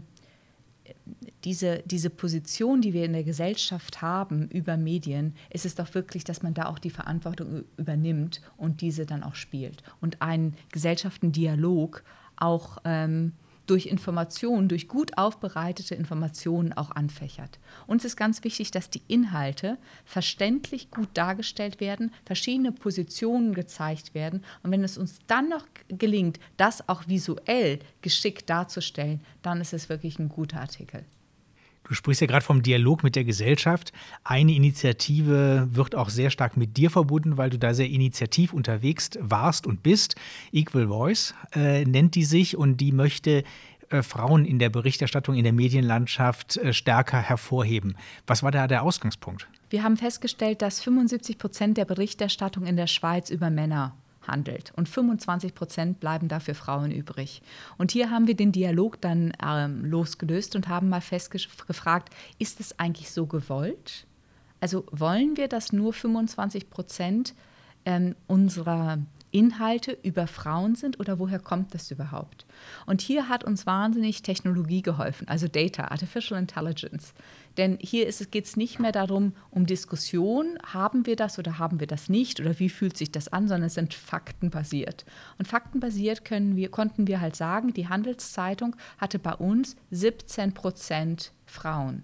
Speaker 1: Diese, diese Position, die wir in der Gesellschaft haben über Medien, ist es doch wirklich, dass man da auch die Verantwortung übernimmt und diese dann auch spielt. Und einen Gesellschaftendialog auch ähm, durch Informationen, durch gut aufbereitete Informationen auch anfächert. Uns ist ganz wichtig, dass die Inhalte verständlich gut dargestellt werden, verschiedene Positionen gezeigt werden. Und wenn es uns dann noch gelingt, das auch visuell geschickt darzustellen, dann ist es wirklich ein guter Artikel.
Speaker 2: Du sprichst ja gerade vom Dialog mit der Gesellschaft. Eine Initiative wird auch sehr stark mit dir verbunden, weil du da sehr initiativ unterwegs warst und bist. Equal Voice äh, nennt die sich, und die möchte äh, Frauen in der Berichterstattung, in der Medienlandschaft äh, stärker hervorheben. Was war da der Ausgangspunkt?
Speaker 1: Wir haben festgestellt, dass fünfundsiebzig Prozent der Berichterstattung in der Schweiz über Männer handelt und fünfundzwanzig Prozent bleiben dafür Frauen übrig. Und hier haben wir den Dialog dann ähm, losgelöst und haben mal festgefragt, ist es eigentlich so gewollt? Also wollen wir, dass nur fünfundzwanzig Prozent ähm, unserer Inhalte über Frauen sind, oder woher kommt das überhaupt? Und hier hat uns wahnsinnig Technologie geholfen, also Data, Artificial Intelligence. Denn hier geht es nicht mehr darum, um Diskussion, haben wir das oder haben wir das nicht oder wie fühlt sich das an, sondern es sind faktenbasiert. Und faktenbasiert können wir, konnten wir halt sagen, die Handelszeitung hatte bei uns siebzehn Prozent Frauen.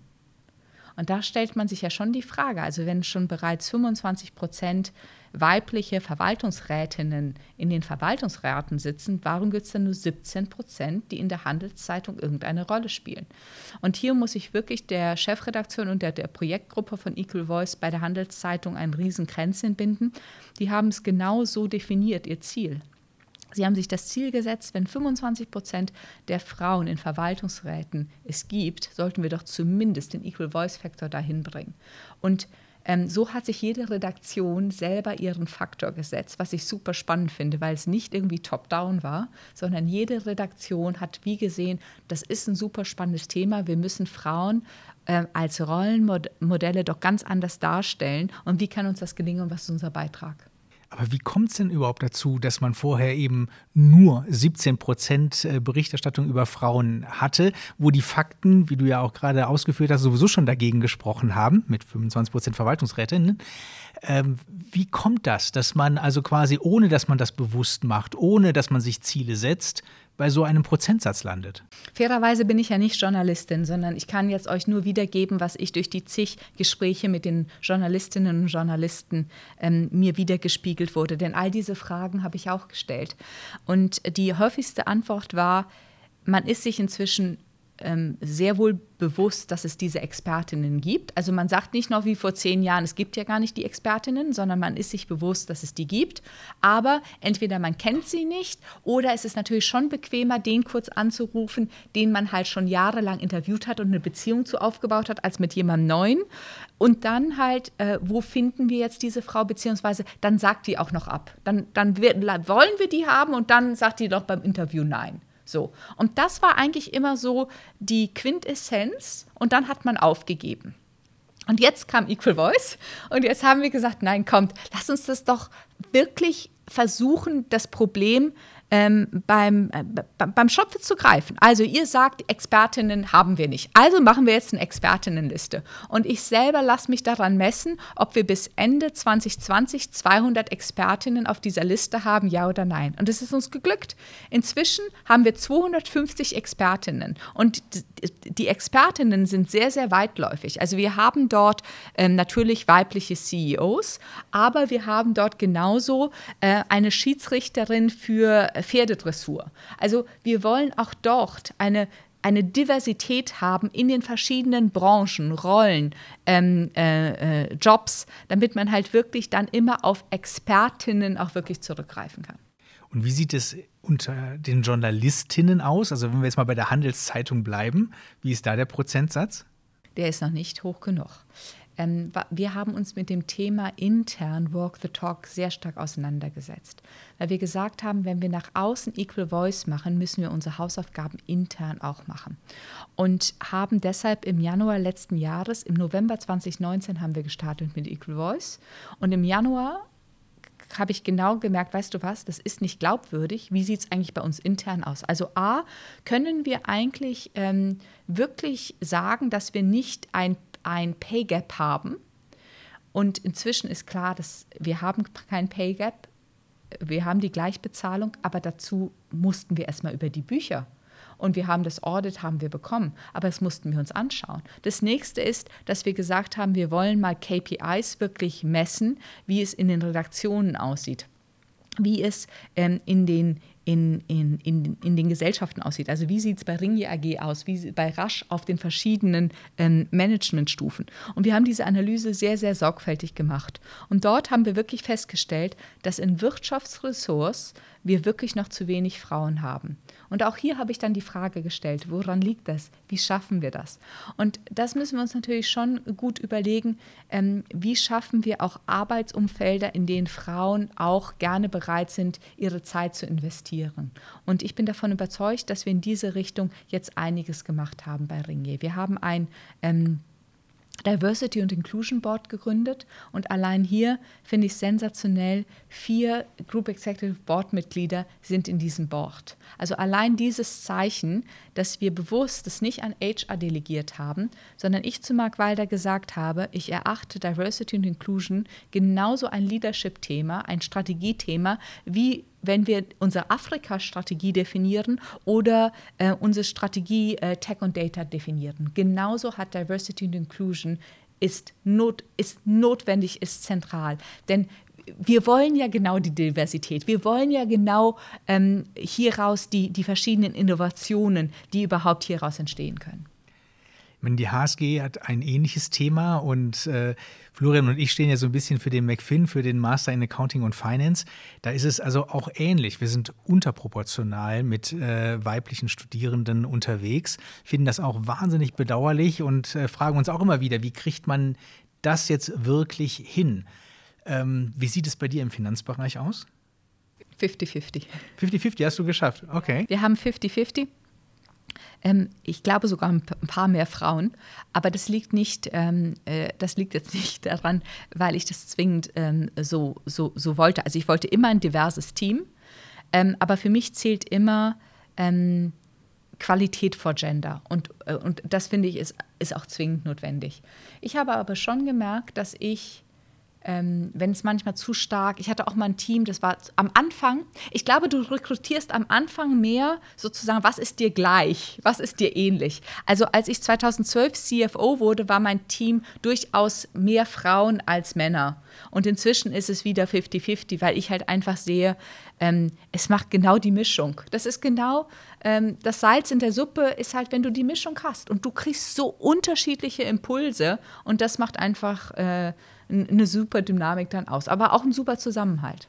Speaker 1: Und da stellt man sich ja schon die Frage, also wenn schon bereits fünfundzwanzig Prozent weibliche Verwaltungsrätinnen in den Verwaltungsräten sitzen, warum gibt es dann nur siebzehn Prozent, die in der Handelszeitung irgendeine Rolle spielen? Und hier muss ich wirklich der Chefredaktion und der, der Projektgruppe von Equal Voice bei der Handelszeitung ein Riesenkränzchen binden. Die haben es genau so definiert, ihr Ziel. Sie haben sich das Ziel gesetzt, wenn fünfundzwanzig Prozent der Frauen in Verwaltungsräten es gibt, sollten wir doch zumindest den Equal Voice Factor dahin bringen. Und ähm, so hat sich jede Redaktion selber ihren Faktor gesetzt, was ich super spannend finde, weil es nicht irgendwie top-down war, sondern jede Redaktion hat wie gesehen, das ist ein super spannendes Thema, wir müssen Frauen äh, als Rollenmodelle doch ganz anders darstellen. Und wie kann uns das gelingen und was ist unser Beitrag?
Speaker 2: Aber wie kommt es denn überhaupt dazu, dass man vorher eben nur siebzehn Prozent Berichterstattung über Frauen hatte, wo die Fakten, wie du ja auch gerade ausgeführt hast, sowieso schon dagegen gesprochen haben, mit fünfundzwanzig Prozent Verwaltungsrätinnen? Ähm, wie kommt das, dass man also quasi, ohne dass man das bewusst macht, ohne dass man sich Ziele setzt, bei so einem Prozentsatz landet?
Speaker 1: Fairerweise bin ich ja nicht Journalistin, sondern ich kann jetzt euch nur wiedergeben, was ich durch die zig Gespräche mit den Journalistinnen und Journalisten ähm, mir wiedergespiegelt wurde. Denn all diese Fragen habe ich auch gestellt. Und die häufigste Antwort war, man ist sich inzwischen ähm, sehr wohl bewusst, dass es diese Expertinnen gibt. Also man sagt nicht noch wie vor zehn Jahren, es gibt ja gar nicht die Expertinnen, sondern man ist sich bewusst, dass es die gibt. Aber entweder man kennt sie nicht oder es ist natürlich schon bequemer, den kurz anzurufen, den man halt schon jahrelang interviewt hat und eine Beziehung zu aufgebaut hat, als mit jemandem Neuen. Und dann halt, äh, wo finden wir jetzt diese Frau, beziehungsweise dann sagt die auch noch ab. Dann, dann wir, wollen wir die haben und dann sagt die doch beim Interview nein. So. Und das war eigentlich immer so die Quintessenz und dann hat man aufgegeben. Und jetzt kam Equal Voice und jetzt haben wir gesagt, nein, kommt, lass uns das doch wirklich versuchen, das Problem ähm, beim, äh, beim Schopfe zu greifen. Also ihr sagt, Expertinnen haben wir nicht. Also machen wir jetzt eine Expertinnenliste. Und ich selber lasse mich daran messen, ob wir bis Ende zwanzig zwanzig zweihundert Expertinnen auf dieser Liste haben, ja oder nein. Und es ist uns geglückt. Inzwischen haben wir zweihundertfünfzig Expertinnen. Und die Expertinnen sind sehr, sehr weitläufig. Also wir haben dort ähm, natürlich weibliche C E Os, aber wir haben dort genauso äh, eine Schiedsrichterin für Pferdedressur. Also wir wollen auch dort eine, eine Diversität haben in den verschiedenen Branchen, Rollen, ähm, äh, äh, Jobs, damit man halt wirklich dann immer auf Expertinnen auch wirklich zurückgreifen kann.
Speaker 2: Und wie sieht es unter den Journalistinnen aus? Also wenn wir jetzt mal bei der Handelszeitung bleiben, wie ist da der Prozentsatz?
Speaker 1: Der ist noch nicht hoch genug. Ähm, wir haben uns mit dem Thema intern Walk the Talk sehr stark auseinandergesetzt, weil wir gesagt haben, wenn wir nach außen Equal Voice machen, müssen wir unsere Hausaufgaben intern auch machen. Und haben deshalb im Januar letzten Jahres, im November zwanzig neunzehn haben wir gestartet mit Equal Voice und im Januar habe ich genau gemerkt, weißt du was, das ist nicht glaubwürdig. Wie sieht es eigentlich bei uns intern aus? Also A, können wir eigentlich ähm, wirklich sagen, dass wir nicht ein, ein Pay Gap haben? Und inzwischen ist klar, dass wir haben kein Pay Gap, wir haben die Gleichbezahlung, aber dazu mussten wir erstmal über die Bücher. Und wir haben das Audit haben wir bekommen, aber das mussten wir uns anschauen. Das nächste ist, dass wir gesagt haben, wir wollen mal K P Is wirklich messen, wie es in den Redaktionen aussieht, wie es ähm, in den In, in, in, in den Gesellschaften aussieht. Also wie sieht es bei Ringier A G aus, wie bei Rasch auf den verschiedenen ähm, Managementstufen. Und wir haben diese Analyse sehr, sehr sorgfältig gemacht. Und dort haben wir wirklich festgestellt, dass in Wirtschaftsressorts wir wirklich noch zu wenig Frauen haben. Und auch hier habe ich dann die Frage gestellt, woran liegt das? Wie schaffen wir das? Und das müssen wir uns natürlich schon gut überlegen, ähm, wie schaffen wir auch Arbeitsumfelder, in denen Frauen auch gerne bereit sind, ihre Zeit zu investieren. Und ich bin davon überzeugt, dass wir in diese Richtung jetzt einiges gemacht haben bei Ringier. Wir haben ein ähm, Diversity und Inclusion Board gegründet und allein hier finde ich sensationell, vier Group Executive Board Mitglieder sind in diesem Board. Also allein dieses Zeichen, dass wir bewusst das nicht an H R delegiert haben, sondern ich zu Mark Wilder gesagt habe, ich erachte Diversity und Inclusion genauso ein Leadership-Thema, ein Strategiethema, wie wenn wir unsere Afrika-Strategie definieren oder äh, unsere Strategie äh, Tech und Data definieren. Genauso hat Diversity und Inclusion ist, not, ist notwendig, ist zentral. Denn wir wollen ja genau die Diversität. Wir wollen ja genau ähm, hieraus die, die verschiedenen Innovationen, die überhaupt hieraus entstehen können.
Speaker 2: Die H S G hat ein ähnliches Thema und äh, Florian und ich stehen ja so ein bisschen für den McFin, für den Master in Accounting und Finance. Da ist es also auch ähnlich. Wir sind unterproportional mit äh, weiblichen Studierenden unterwegs, finden das auch wahnsinnig bedauerlich und äh, fragen uns auch immer wieder, wie kriegt man das jetzt wirklich hin? Ähm, wie sieht es bei dir im Finanzbereich aus?
Speaker 1: fünfzig fünfzig.
Speaker 2: fünfzig fünfzig hast du geschafft, okay.
Speaker 1: Wir haben fünfzig fünfzig. Ähm, ich glaube sogar ein paar mehr Frauen, aber das liegt nicht, ähm, äh, das liegt jetzt nicht daran, weil ich das zwingend ähm, so, so, so wollte. Also ich wollte immer ein diverses Team, ähm, aber für mich zählt immer ähm, Qualität vor Gender und, äh, und das finde ich ist, ist auch zwingend notwendig. Ich habe aber schon gemerkt, dass ich Ähm, wenn es manchmal zu stark, ich hatte auch mal ein Team, das war am Anfang, ich glaube, du rekrutierst am Anfang mehr sozusagen, was ist dir gleich, was ist dir ähnlich. Also als ich zweitausendzwölf C F O wurde, war mein Team durchaus mehr Frauen als Männer. Und inzwischen ist es wieder fünfzig fünfzig, weil ich halt einfach sehe, ähm, es macht genau die Mischung. Das ist genau, ähm, das Salz in der Suppe ist halt, wenn du die Mischung hast. Und du kriegst so unterschiedliche Impulse und das macht einfach äh, eine super Dynamik dann aus, aber auch ein super Zusammenhalt.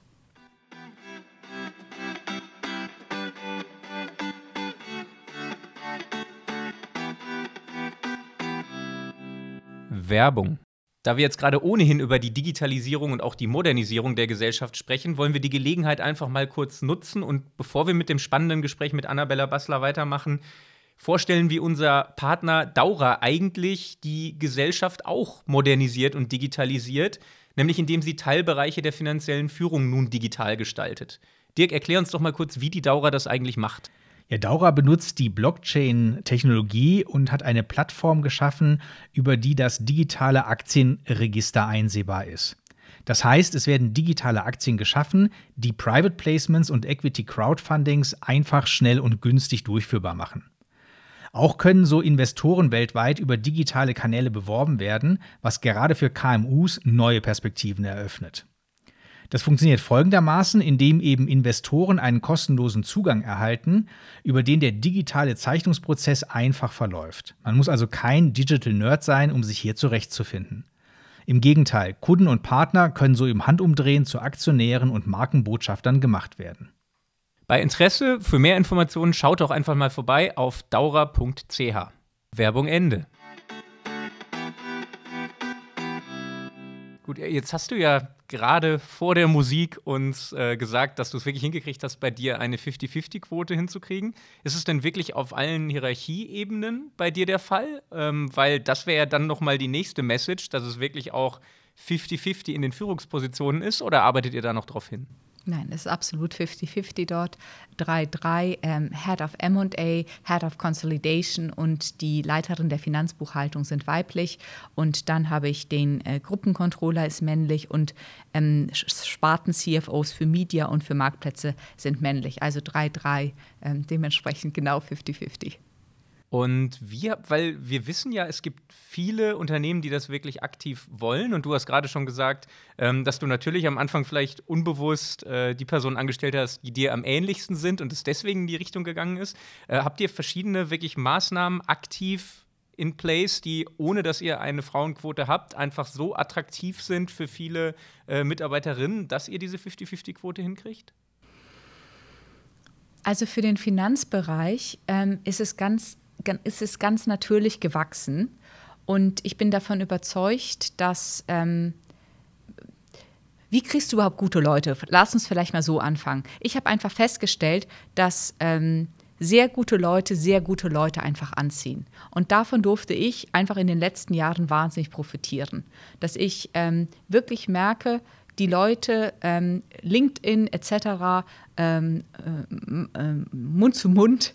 Speaker 3: Werbung. Da wir jetzt gerade ohnehin über die Digitalisierung und auch die Modernisierung der Gesellschaft sprechen, wollen wir die Gelegenheit einfach mal kurz nutzen und bevor wir mit dem spannenden Gespräch mit Annabella Bassler weitermachen, vorstellen, wie unser Partner Daura eigentlich die Gesellschaft auch modernisiert und digitalisiert, nämlich indem sie Teilbereiche der finanziellen Führung nun digital gestaltet. Dirk, erklär uns doch mal kurz, wie die Daura das eigentlich macht.
Speaker 2: Ja, Daura benutzt die Blockchain-Technologie und hat eine Plattform geschaffen, über die das digitale Aktienregister einsehbar ist. Das heißt, es werden digitale Aktien geschaffen, die Private Placements und Equity Crowdfundings einfach, schnell und günstig durchführbar machen. Auch können so Investoren weltweit über digitale Kanäle beworben werden, was gerade für K M Us neue Perspektiven eröffnet. Das funktioniert folgendermaßen, indem eben Investoren einen kostenlosen Zugang erhalten, über den der digitale Zeichnungsprozess einfach verläuft. Man muss also kein Digital Nerd sein, um sich hier zurechtzufinden. Im Gegenteil, Kunden und Partner können so im Handumdrehen zu Aktionären und Markenbotschaftern gemacht werden.
Speaker 3: Bei Interesse für mehr Informationen schaut doch einfach mal vorbei auf daura punkt c h. Werbung Ende. Gut, jetzt hast du ja gerade vor der Musik uns äh, gesagt, dass du es wirklich hingekriegt hast, bei dir eine fünfzig fünfzig Quote hinzukriegen. Ist es denn wirklich auf allen Hierarchieebenen bei dir der Fall? Ähm, weil das wäre ja dann noch mal die nächste Message, dass es wirklich auch fünfzig fünfzig in den Führungspositionen ist, oder arbeitet ihr da noch drauf hin?
Speaker 1: Nein, es ist absolut fünfzig fünfzig dort. drei drei, ähm, Head of M und A, Head of Consolidation und die Leiterin der Finanzbuchhaltung sind weiblich. Und dann habe ich den äh, Gruppencontroller ist männlich und ähm, Sparten-C F Os für Media und für Marktplätze sind männlich. Also drei drei, ähm, dementsprechend genau fünfzig fünfzig.
Speaker 3: Und wir, weil wir wissen ja, es gibt viele Unternehmen, die das wirklich aktiv wollen. Und du hast gerade schon gesagt, ähm, dass du natürlich am Anfang vielleicht unbewusst äh, die Personen angestellt hast, die dir am ähnlichsten sind und es deswegen in die Richtung gegangen ist. Äh, habt ihr verschiedene wirklich Maßnahmen aktiv in place, die, ohne dass ihr eine Frauenquote habt, einfach so attraktiv sind für viele äh, Mitarbeiterinnen, dass ihr diese fünfzig fünfzig Quote hinkriegt?
Speaker 1: Also für den Finanzbereich ähm, ist es ganz ist es ganz natürlich gewachsen. Und ich bin davon überzeugt, dass ähm, wie kriegst du überhaupt gute Leute? Lass uns vielleicht mal so anfangen. Ich habe einfach festgestellt, dass ähm, sehr gute Leute sehr gute Leute einfach anziehen. Und davon durfte ich einfach in den letzten Jahren wahnsinnig profitieren. Dass ich ähm, wirklich merke, die Leute, ähm, LinkedIn et cetera, ähm, äh, äh, Mund zu Mund,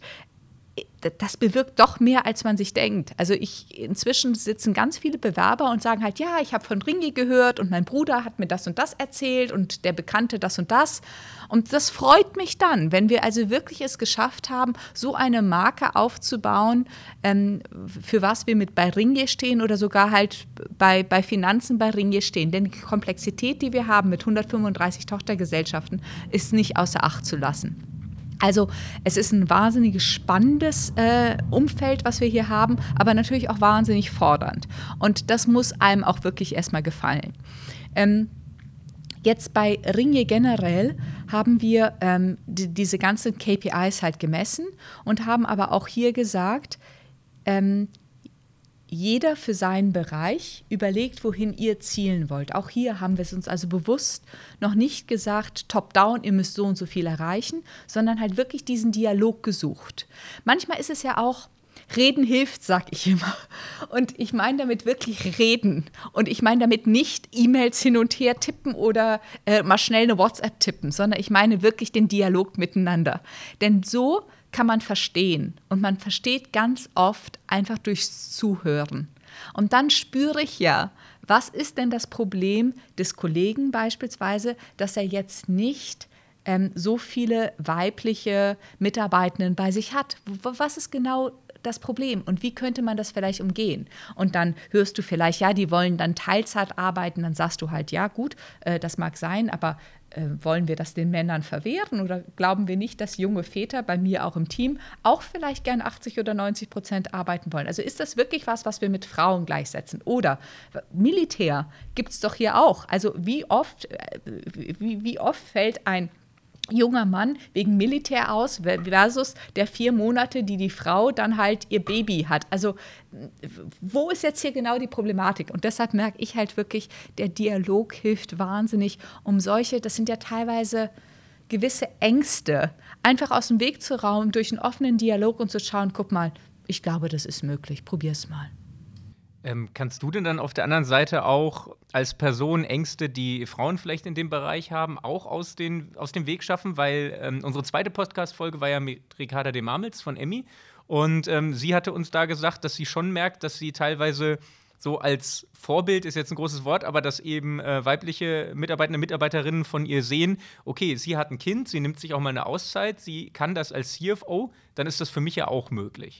Speaker 1: das bewirkt doch mehr, als man sich denkt. Also ich, inzwischen sitzen ganz viele Bewerber und sagen halt, ja, ich habe von Ringier gehört und mein Bruder hat mir das und das erzählt und der Bekannte das und das. Und das freut mich dann, wenn wir also wirklich es geschafft haben, so eine Marke aufzubauen, ähm, für was wir mit bei Ringier stehen oder sogar halt bei, bei Finanzen bei Ringier stehen. Denn die Komplexität, die wir haben mit hundertfünfunddreißig Tochtergesellschaften, ist nicht außer Acht zu lassen. Also es ist ein wahnsinnig spannendes äh, Umfeld, was wir hier haben, aber natürlich auch wahnsinnig fordernd. Und das muss einem auch wirklich erstmal gefallen. Ähm, jetzt bei Ringier generell haben wir ähm, die, diese ganzen K P Is halt gemessen und haben aber auch hier gesagt, ähm, jeder für seinen Bereich überlegt, wohin ihr zielen wollt. Auch hier haben wir es uns also bewusst noch nicht gesagt, top-down, ihr müsst so und so viel erreichen, sondern halt wirklich diesen Dialog gesucht. Manchmal ist es ja auch, reden hilft, sag ich immer. Und ich meine damit wirklich reden. Und ich meine damit nicht E-Mails hin und her tippen oder äh, mal schnell eine WhatsApp tippen, sondern ich meine wirklich den Dialog miteinander. Denn so kann man verstehen. Und man versteht ganz oft einfach durchs Zuhören. Und dann spüre ich ja, was ist denn das Problem des Kollegen beispielsweise, dass er jetzt nicht ähm, so viele weibliche Mitarbeitenden bei sich hat. Was ist genau das Problem und wie könnte man das vielleicht umgehen? Und dann hörst du vielleicht, ja, die wollen dann Teilzeit arbeiten, dann sagst du halt, ja gut, äh, das mag sein, aber äh, wollen wir das den Männern verwehren oder glauben wir nicht, dass junge Väter bei mir auch im Team auch vielleicht gern achtzig oder neunzig Prozent arbeiten wollen? Also ist das wirklich was, was wir mit Frauen gleichsetzen? Oder Militär gibt es doch hier auch. Also wie oft, äh, wie, wie oft fällt ein junger Mann wegen Militär aus versus der vier Monate, die die Frau dann halt ihr Baby hat. Also wo ist jetzt hier genau die Problematik? Und deshalb merke ich halt wirklich, der Dialog hilft wahnsinnig, um solche, das sind ja teilweise gewisse Ängste, einfach aus dem Weg zu räumen durch einen offenen Dialog und zu schauen, guck mal, ich glaube, das ist möglich, probier's mal.
Speaker 3: Ähm, kannst du denn dann auf der anderen Seite auch als Person Ängste, die Frauen vielleicht in dem Bereich haben, auch aus, den, aus dem Weg schaffen? Weil ähm, unsere zweite Podcast-Folge war ja mit Ricarda de Marmels von Emmy. Und ähm, sie hatte uns da gesagt, dass sie schon merkt, dass sie teilweise so als Vorbild, ist jetzt ein großes Wort, aber dass eben äh, weibliche Mitarbeitende, Mitarbeiterinnen von ihr sehen, okay, sie hat ein Kind, sie nimmt sich auch mal eine Auszeit, sie kann das als C F O, dann ist das für mich ja auch möglich.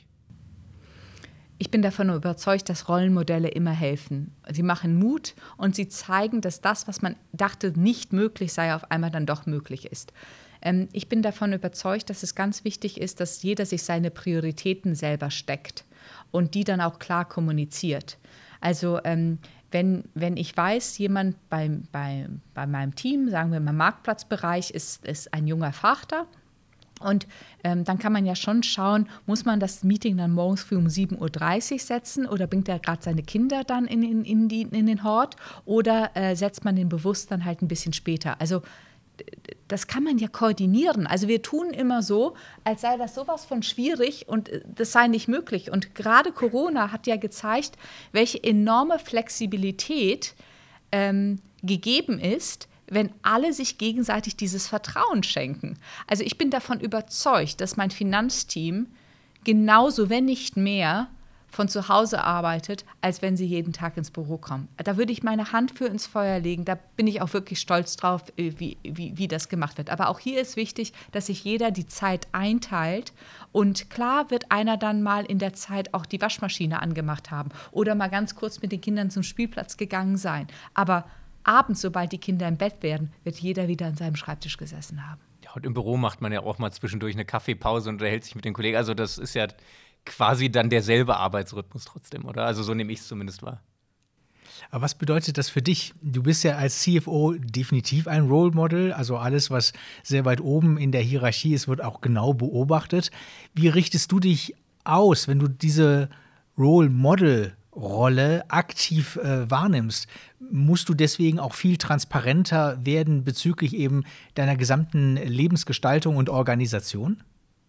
Speaker 1: Ich bin davon überzeugt, dass Rollenmodelle immer helfen. Sie machen Mut und sie zeigen, dass das, was man dachte, nicht möglich sei, auf einmal dann doch möglich ist. Ähm, ich bin davon überzeugt, dass es ganz wichtig ist, dass jeder sich seine Prioritäten selber steckt und die dann auch klar kommuniziert. Also ähm, wenn, wenn ich weiß, jemand bei, bei, bei meinem Team, sagen wir mal im Marktplatzbereich, ist, ist ein junger Vater, und ähm, dann kann man ja schon schauen, muss man das Meeting dann morgens früh um sieben Uhr dreißig setzen oder bringt er gerade seine Kinder dann in, in, in, die, in den Hort oder äh, setzt man den bewusst dann halt ein bisschen später. Also das kann man ja koordinieren. Also wir tun immer so, als sei das sowas von schwierig und das sei nicht möglich. Und gerade Corona hat ja gezeigt, welche enorme Flexibilität ähm, gegeben ist, wenn alle sich gegenseitig dieses Vertrauen schenken. Also ich bin davon überzeugt, dass mein Finanzteam genauso, wenn nicht mehr, von zu Hause arbeitet, als wenn sie jeden Tag ins Büro kommen. Da würde ich meine Hand für ins Feuer legen. Da bin ich auch wirklich stolz drauf, wie, wie, wie das gemacht wird. Aber auch hier ist wichtig, dass sich jeder die Zeit einteilt. Und klar wird einer dann mal in der Zeit auch die Waschmaschine angemacht haben oder mal ganz kurz mit den Kindern zum Spielplatz gegangen sein. Aber abends, sobald die Kinder im Bett werden, wird jeder wieder an seinem Schreibtisch gesessen haben.
Speaker 3: Ja, und im Büro macht man ja auch mal zwischendurch eine Kaffeepause und unterhält sich mit den Kollegen. Also das ist ja quasi dann derselbe Arbeitsrhythmus trotzdem, oder? Also so nehme ich es zumindest wahr.
Speaker 2: Aber was bedeutet das für dich? Du bist ja als C F O definitiv ein Role Model. Also alles, was sehr weit oben in der Hierarchie ist, wird auch genau beobachtet. Wie richtest du dich aus, wenn du diese Role Model Rolle aktiv äh, wahrnimmst, musst du deswegen auch viel transparenter werden bezüglich eben deiner gesamten Lebensgestaltung und Organisation?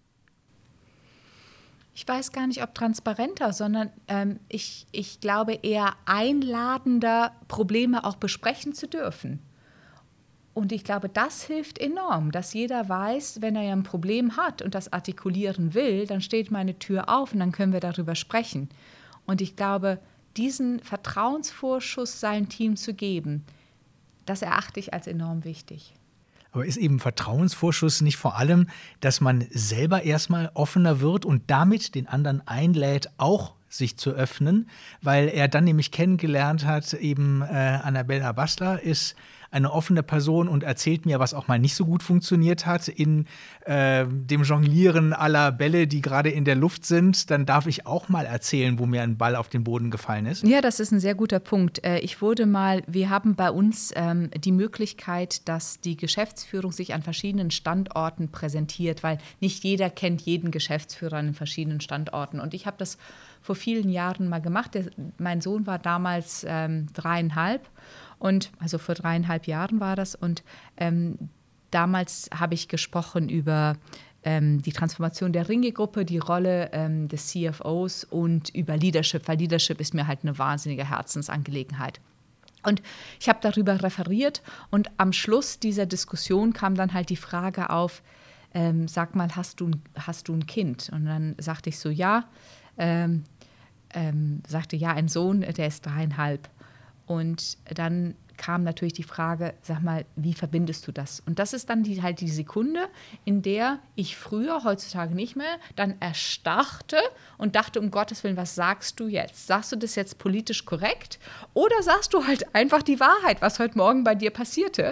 Speaker 1: Ich weiß gar nicht, ob transparenter, sondern ähm, ich, ich glaube eher einladender, Probleme auch besprechen zu dürfen. Und ich glaube, das hilft enorm, dass jeder weiß, wenn er ja ein Problem hat und das artikulieren will, dann steht meine Tür auf und dann können wir darüber sprechen. Und ich glaube, diesen Vertrauensvorschuss seinem Team zu geben, das erachte ich als enorm wichtig.
Speaker 2: Aber ist eben Vertrauensvorschuss nicht vor allem, dass man selber erstmal offener wird und damit den anderen einlädt, auch sich zu öffnen, weil er dann nämlich kennengelernt hat, eben äh, Annabella Basler ist eine offene Person und erzählt mir, was auch mal nicht so gut funktioniert hat in äh, dem Jonglieren aller Bälle, die gerade in der Luft sind. Dann darf ich auch mal erzählen, wo mir ein Ball auf den Boden gefallen ist.
Speaker 1: Ja, das ist ein sehr guter Punkt. Ich wurde mal, wir haben bei uns ähm, die Möglichkeit, dass die Geschäftsführung sich an verschiedenen Standorten präsentiert, weil nicht jeder kennt jeden Geschäftsführer an den verschiedenen Standorten. Und ich habe das vor vielen Jahren mal gemacht. Der, mein Sohn war damals ähm, dreieinhalb. Und also vor dreieinhalb Jahren war das. Und ähm, damals habe ich gesprochen über ähm, die Transformation der Ringe-Gruppe, die Rolle ähm, des C F Os und über Leadership, weil Leadership ist mir halt eine wahnsinnige Herzensangelegenheit. Und ich habe darüber referiert und am Schluss dieser Diskussion kam dann halt die Frage auf, ähm, sag mal, hast du, hast du ein Kind? Und dann sagte ich so, ja. Ähm, ähm, sagte, ja, ein Sohn, der ist dreieinhalb. Und dann kam natürlich die Frage, sag mal, wie verbindest du das? Und das ist dann die, halt die Sekunde, in der ich früher, heutzutage nicht mehr, dann erstarrte und dachte, um Gottes Willen, was sagst du jetzt? Sagst du das jetzt politisch korrekt? Oder sagst du halt einfach die Wahrheit, was heute Morgen bei dir passierte?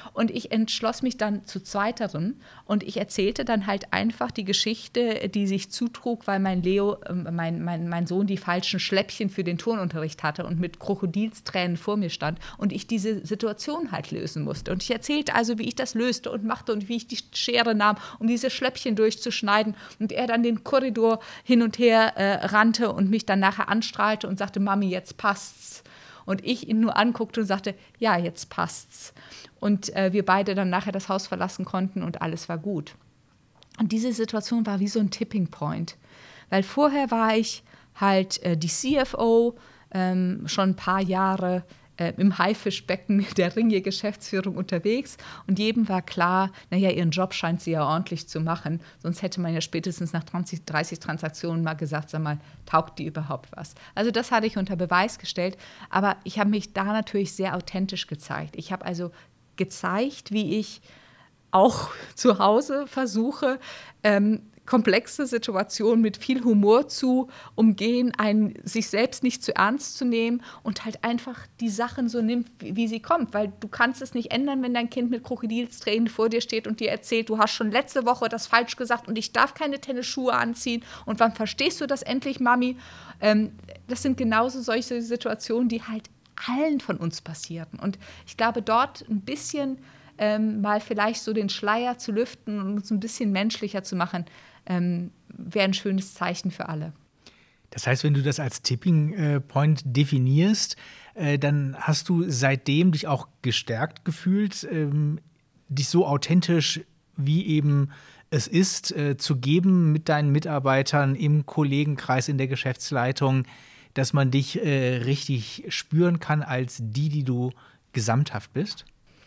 Speaker 1: Und ich entschloss mich dann zu zweiterem und ich erzählte dann halt einfach die Geschichte, die sich zutrug, weil mein Leo, mein, mein, mein Sohn, die falschen Schläppchen für den Turnunterricht hatte und mit Krokodilstränen vor mir stand und ich diese Situation halt lösen musste. Und ich erzählte also, wie ich das löste und machte und wie ich die Schere nahm, um diese Schläppchen durchzuschneiden und er dann den Korridor hin und her äh, rannte und mich dann nachher anstrahlte und sagte, Mami, jetzt passt's. Und ich ihn nur anguckte und sagte, ja, jetzt passt's. Und äh, wir beide dann nachher das Haus verlassen konnten und alles war gut. Und diese Situation war wie so ein Tipping Point. Weil vorher war ich halt äh, die C F O, ähm, schon ein paar Jahre äh, im Haifischbecken der Ringier-Geschäftsführung unterwegs. Und jedem war klar, naja, ihren Job scheint sie ja ordentlich zu machen. Sonst hätte man ja spätestens nach zwanzig, dreißig Transaktionen mal gesagt, sag mal, taugt die überhaupt was? Also das hatte ich unter Beweis gestellt. Aber ich habe mich da natürlich sehr authentisch gezeigt. Ich habe also gezeigt, wie ich auch zu Hause versuche, ähm, komplexe Situationen mit viel Humor zu umgehen, einen, sich selbst nicht zu ernst zu nehmen und halt einfach die Sachen so nimmt, wie, wie sie kommt. Weil du kannst es nicht ändern, wenn dein Kind mit Krokodilstränen vor dir steht und dir erzählt, du hast schon letzte Woche das falsch gesagt und ich darf keine Tennisschuhe anziehen. Und wann verstehst du das endlich, Mami? Ähm, das sind genauso solche Situationen, die halt allen von uns passieren. Und ich glaube, dort ein bisschen ähm, mal vielleicht so den Schleier zu lüften und uns ein bisschen menschlicher zu machen, ähm, wäre ein schönes Zeichen für alle.
Speaker 2: Das heißt, wenn du das als Tipping Point definierst, äh, dann hast du seitdem dich auch gestärkt gefühlt, ähm, dich so authentisch wie eben es ist, äh, zu geben mit deinen Mitarbeitern im Kollegenkreis, in der Geschäftsleitung, dass man dich äh, richtig spüren kann als die, die du gesamthaft bist?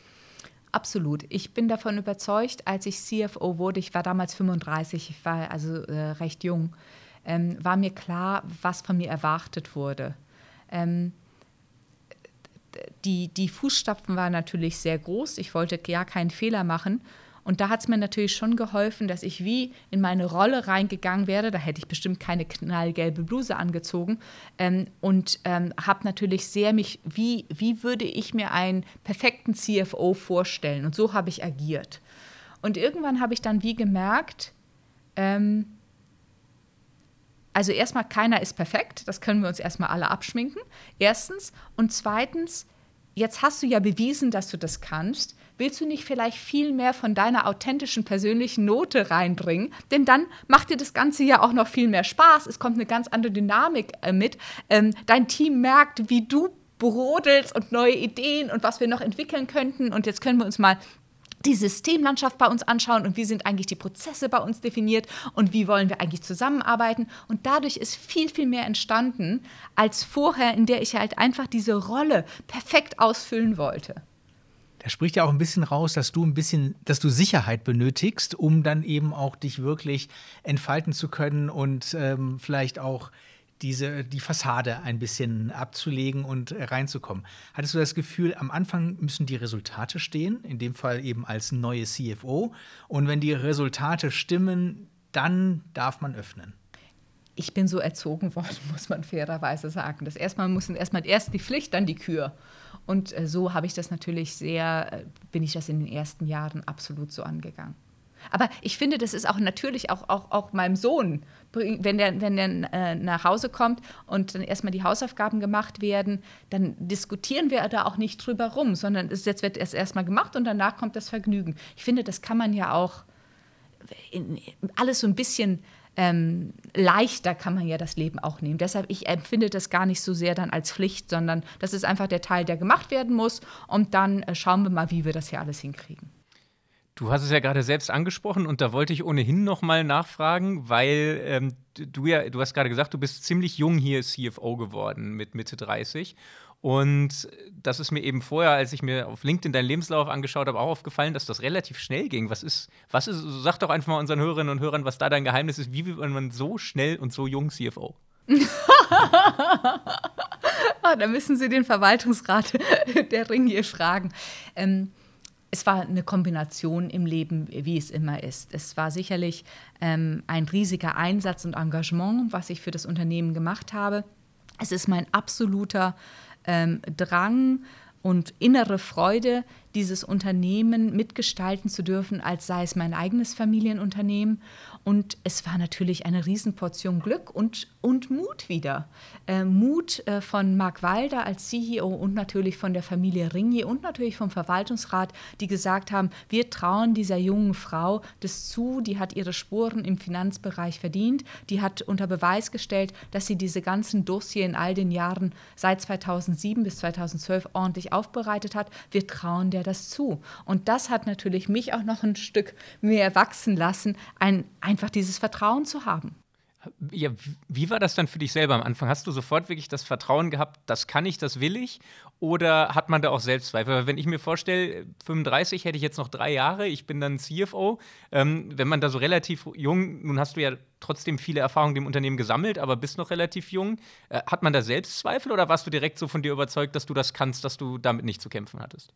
Speaker 1: Absolut. Ich bin davon überzeugt, als ich C F O wurde, ich war damals fünfunddreißig, ich war also äh, recht jung, ähm, war mir klar, was von mir erwartet wurde. Ähm, die, die Fußstapfen waren natürlich sehr groß. Ich wollte ja keinen Fehler machen. Und da hat es mir natürlich schon geholfen, dass ich wie in meine Rolle reingegangen wäre. Da hätte ich bestimmt keine knallgelbe Bluse angezogen. Ähm, und ähm, habe natürlich sehr mich, wie, wie würde ich mir einen perfekten C F O vorstellen? Und so habe ich agiert. Und irgendwann habe ich dann wie gemerkt, ähm, also erstmal, keiner ist perfekt. Das können wir uns erstmal alle abschminken. Erstens. Und zweitens, jetzt hast du ja bewiesen, dass du das kannst. Willst du nicht vielleicht viel mehr von deiner authentischen persönlichen Note reinbringen? Denn dann macht dir das Ganze ja auch noch viel mehr Spaß. Es kommt eine ganz andere Dynamik äh, mit. Ähm, dein Team merkt, wie du brodelst und neue Ideen und was wir noch entwickeln könnten. Und jetzt können wir uns mal die Systemlandschaft bei uns anschauen und wie sind eigentlich die Prozesse bei uns definiert und wie wollen wir eigentlich zusammenarbeiten. Und dadurch ist viel, viel mehr entstanden als vorher, in der ich halt einfach diese Rolle perfekt ausfüllen wollte.
Speaker 2: Da spricht ja auch ein bisschen raus, dass du ein bisschen, dass du Sicherheit benötigst, um dann eben auch dich wirklich entfalten zu können und ähm, vielleicht auch diese, die Fassade ein bisschen abzulegen und reinzukommen. Hattest du das Gefühl, am Anfang müssen die Resultate stehen, in dem Fall eben als neue C F O, und wenn die Resultate stimmen, dann darf man öffnen?
Speaker 1: Ich bin so erzogen worden, muss man fairerweise sagen. Das erstmal müssen erstmal erst die Pflicht, dann die Kür. Und äh, so habe ich das natürlich sehr, äh, bin ich das in den ersten Jahren absolut so angegangen. Aber ich finde, das ist auch natürlich auch, auch, auch meinem Sohn, wenn der, wenn der äh, nach Hause kommt und dann erstmal die Hausaufgaben gemacht werden, dann diskutieren wir da auch nicht drüber rum, sondern es jetzt wird erst erstmal gemacht und danach kommt das Vergnügen. Ich finde, das kann man ja auch in, alles so ein bisschen ähm, leichter kann man ja das Leben auch nehmen. Deshalb, ich empfinde das gar nicht so sehr dann als Pflicht, sondern das ist einfach der Teil, der gemacht werden muss und dann äh, schauen wir mal, wie wir das hier alles hinkriegen.
Speaker 3: Du hast es ja gerade selbst angesprochen und da wollte ich ohnehin noch mal nachfragen, weil ähm, du ja, du hast gerade gesagt, du bist ziemlich jung hier C F O geworden mit Mitte dreißig. Und das ist mir eben vorher, als ich mir auf LinkedIn deinen Lebenslauf angeschaut habe, auch aufgefallen, dass das relativ schnell ging. Was ist, was ist, sag doch einfach mal unseren Hörerinnen und Hörern, was da dein Geheimnis ist. Wie wird man so schnell und so jung C F O?
Speaker 1: Oh, da müssen Sie den Verwaltungsrat der Ringier fragen. Ähm, Es war eine Kombination im Leben, wie es immer ist. Es war sicherlich ähm, ein riesiger Einsatz und Engagement, was ich für das Unternehmen gemacht habe. Es ist mein absoluter ähm, Drang und innere Freude, dieses Unternehmen mitgestalten zu dürfen, als sei es mein eigenes Familienunternehmen. Und es war natürlich eine Riesenportion Glück und, und Mut wieder. Äh, Mut äh, von Mark Walder als C E O und natürlich von der Familie Ringier und natürlich vom Verwaltungsrat, die gesagt haben, wir trauen dieser jungen Frau das zu, die hat ihre Spuren im Finanzbereich verdient, die hat unter Beweis gestellt, dass sie diese ganzen Dossiers in all den Jahren seit zweitausendsieben bis zweitausendzwölf ordentlich aufbereitet hat. Wir trauen der das zu. Und das hat natürlich mich auch noch ein Stück mehr wachsen lassen, ein, einfach dieses Vertrauen zu haben.
Speaker 3: Ja, wie war das dann für dich selber am Anfang? Hast du sofort wirklich das Vertrauen gehabt, das kann ich, das will ich? Oder hat man da auch Selbstzweifel? Weil wenn ich mir vorstelle, fünfunddreißig hätte ich jetzt noch drei Jahre, ich bin dann C F O. Ähm, wenn man da so relativ jung, nun hast du ja trotzdem viele Erfahrungen im Unternehmen gesammelt, aber bist noch relativ jung. Äh, hat man da Selbstzweifel oder warst du direkt so von dir überzeugt, dass du das kannst, dass du damit nicht zu kämpfen hattest?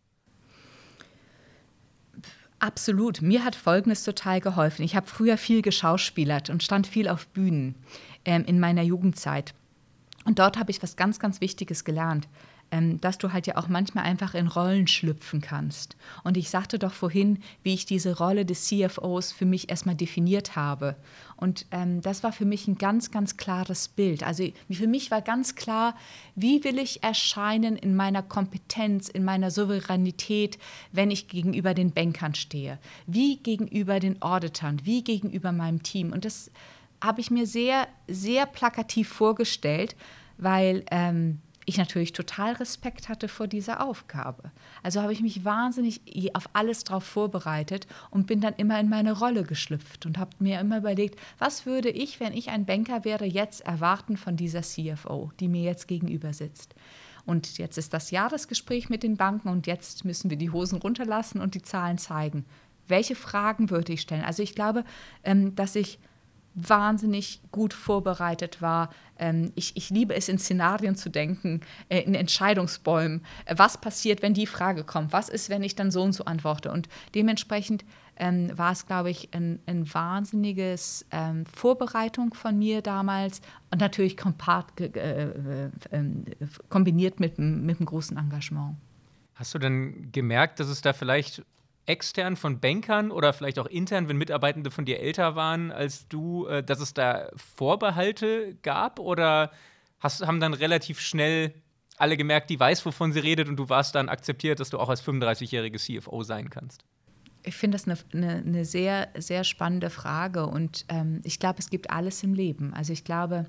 Speaker 1: Absolut. Mir hat Folgendes total geholfen. Ich habe früher viel geschauspielert und stand viel auf Bühnen ähm, in meiner Jugendzeit. Und dort habe ich was ganz, ganz Wichtiges gelernt, ähm, dass du halt ja auch manchmal einfach in Rollen schlüpfen kannst. Und ich sagte doch vorhin, wie ich diese Rolle des C F Os für mich erstmal definiert habe. Und ähm, das war für mich ein ganz, ganz klares Bild. Also für mich war ganz klar, wie will ich erscheinen in meiner Kompetenz, in meiner Souveränität, wenn ich gegenüber den Bankern stehe, wie gegenüber den Auditern, wie gegenüber meinem Team. Und das habe ich mir sehr, sehr plakativ vorgestellt, weil ähm, ich natürlich total Respekt hatte vor dieser Aufgabe. Also habe ich mich wahnsinnig auf alles drauf vorbereitet und bin dann immer in meine Rolle geschlüpft und habe mir immer überlegt, was würde ich, wenn ich ein Banker wäre, jetzt erwarten von dieser C F O, die mir jetzt gegenüber sitzt. Und jetzt ist das Jahresgespräch mit den Banken und jetzt müssen wir die Hosen runterlassen und die Zahlen zeigen. Welche Fragen würde ich stellen? Also ich glaube, dass ich wahnsinnig gut vorbereitet war. Ich, ich liebe es, in Szenarien zu denken, in Entscheidungsbäumen. Was passiert, wenn die Frage kommt? Was ist, wenn ich dann so und so antworte? Und dementsprechend ähm, war es, glaube ich, ein, ein wahnsinniges ähm, Vorbereitung von mir damals und natürlich kompakt, äh, äh, kombiniert mit, mit einem großen Engagement.
Speaker 3: Hast du denn gemerkt, dass es da vielleicht extern von Bankern oder vielleicht auch intern, wenn Mitarbeitende von dir älter waren als du, äh, dass es da Vorbehalte gab? Oder hast, haben dann relativ schnell alle gemerkt, die weiß, wovon sie redet und du warst dann akzeptiert, dass du auch als fünfunddreißigjährige C F O sein kannst?
Speaker 1: Ich finde das eine, eine, eine sehr, sehr spannende Frage und ähm, ich glaube, es gibt alles im Leben. Also ich glaube,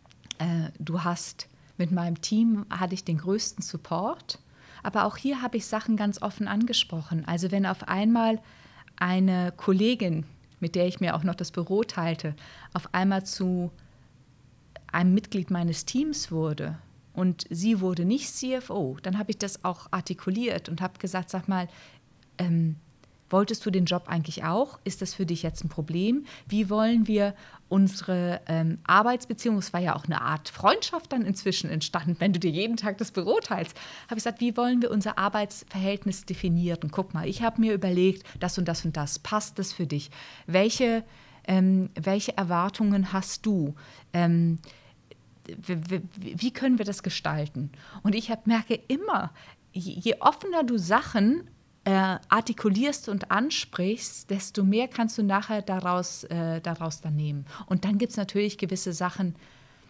Speaker 1: äh, du hast, mit meinem Team hatte ich den größten Support. Aber auch hier habe ich Sachen ganz offen angesprochen. Also wenn auf einmal eine Kollegin, mit der ich mir auch noch das Büro teilte, auf einmal zu einem Mitglied meines Teams wurde und sie wurde nicht C F O, dann habe ich das auch artikuliert und habe gesagt, sag mal, ähm, wolltest du den Job eigentlich auch? Ist das für dich jetzt ein Problem? Wie wollen wir unsere ähm, Arbeitsbeziehung, es war ja auch eine Art Freundschaft dann inzwischen entstanden, wenn du dir jeden Tag das Büro teilst, habe ich gesagt, wie wollen wir unser Arbeitsverhältnis definieren? Guck mal, ich habe mir überlegt, das und das und das, passt das für dich? Welche, ähm, welche Erwartungen hast du? Ähm, wie, wie können wir das gestalten? Und ich hab, merke immer, je, je offener du Sachen Äh, artikulierst und ansprichst, desto mehr kannst du nachher daraus, äh, daraus dann nehmen. Und dann gibt es natürlich gewisse Sachen,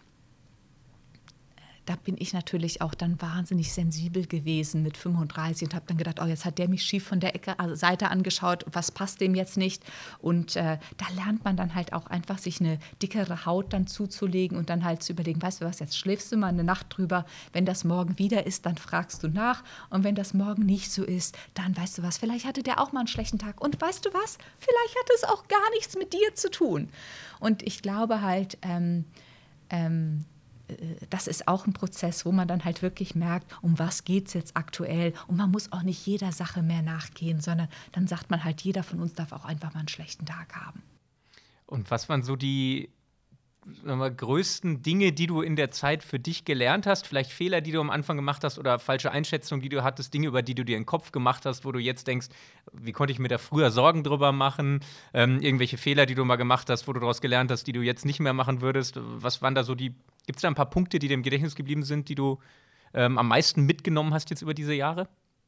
Speaker 1: da bin ich natürlich auch dann wahnsinnig sensibel gewesen mit fünfunddreißig und habe dann gedacht, oh, jetzt hat der mich schief von der Ecke, also Seite angeschaut, was passt dem jetzt nicht? Und äh, da lernt man dann halt auch einfach, sich eine dickere Haut dann zuzulegen und dann halt zu überlegen, weißt du was, jetzt schläfst du mal eine Nacht drüber, wenn das morgen wieder ist, dann fragst du nach und wenn das morgen nicht so ist, dann weißt du was, vielleicht hatte der auch mal einen schlechten Tag und weißt du was, vielleicht hat es auch gar nichts mit dir zu tun. Und ich glaube halt, ähm, ähm, das ist auch ein Prozess, wo man dann halt wirklich merkt, um was geht es jetzt aktuell. Und man muss auch nicht jeder Sache mehr nachgehen, sondern dann sagt man halt, jeder von uns darf auch einfach mal einen schlechten Tag haben.
Speaker 3: Und was waren so die sagen wir mal, größten Dinge, die du in der Zeit für dich gelernt hast? Vielleicht Fehler, die du am Anfang gemacht hast oder falsche Einschätzungen, die du hattest, Dinge, über die du dir in den Kopf gemacht hast, wo du jetzt denkst, wie konnte ich mir da früher Sorgen drüber machen? Ähm, irgendwelche Fehler, die du mal gemacht hast, wo du daraus gelernt hast, die du jetzt nicht mehr machen würdest? Was waren da so die, gibt es da ein paar Punkte, die dir im Gedächtnis geblieben sind, die du ähm, am meisten mitgenommen hast jetzt über diese Jahre?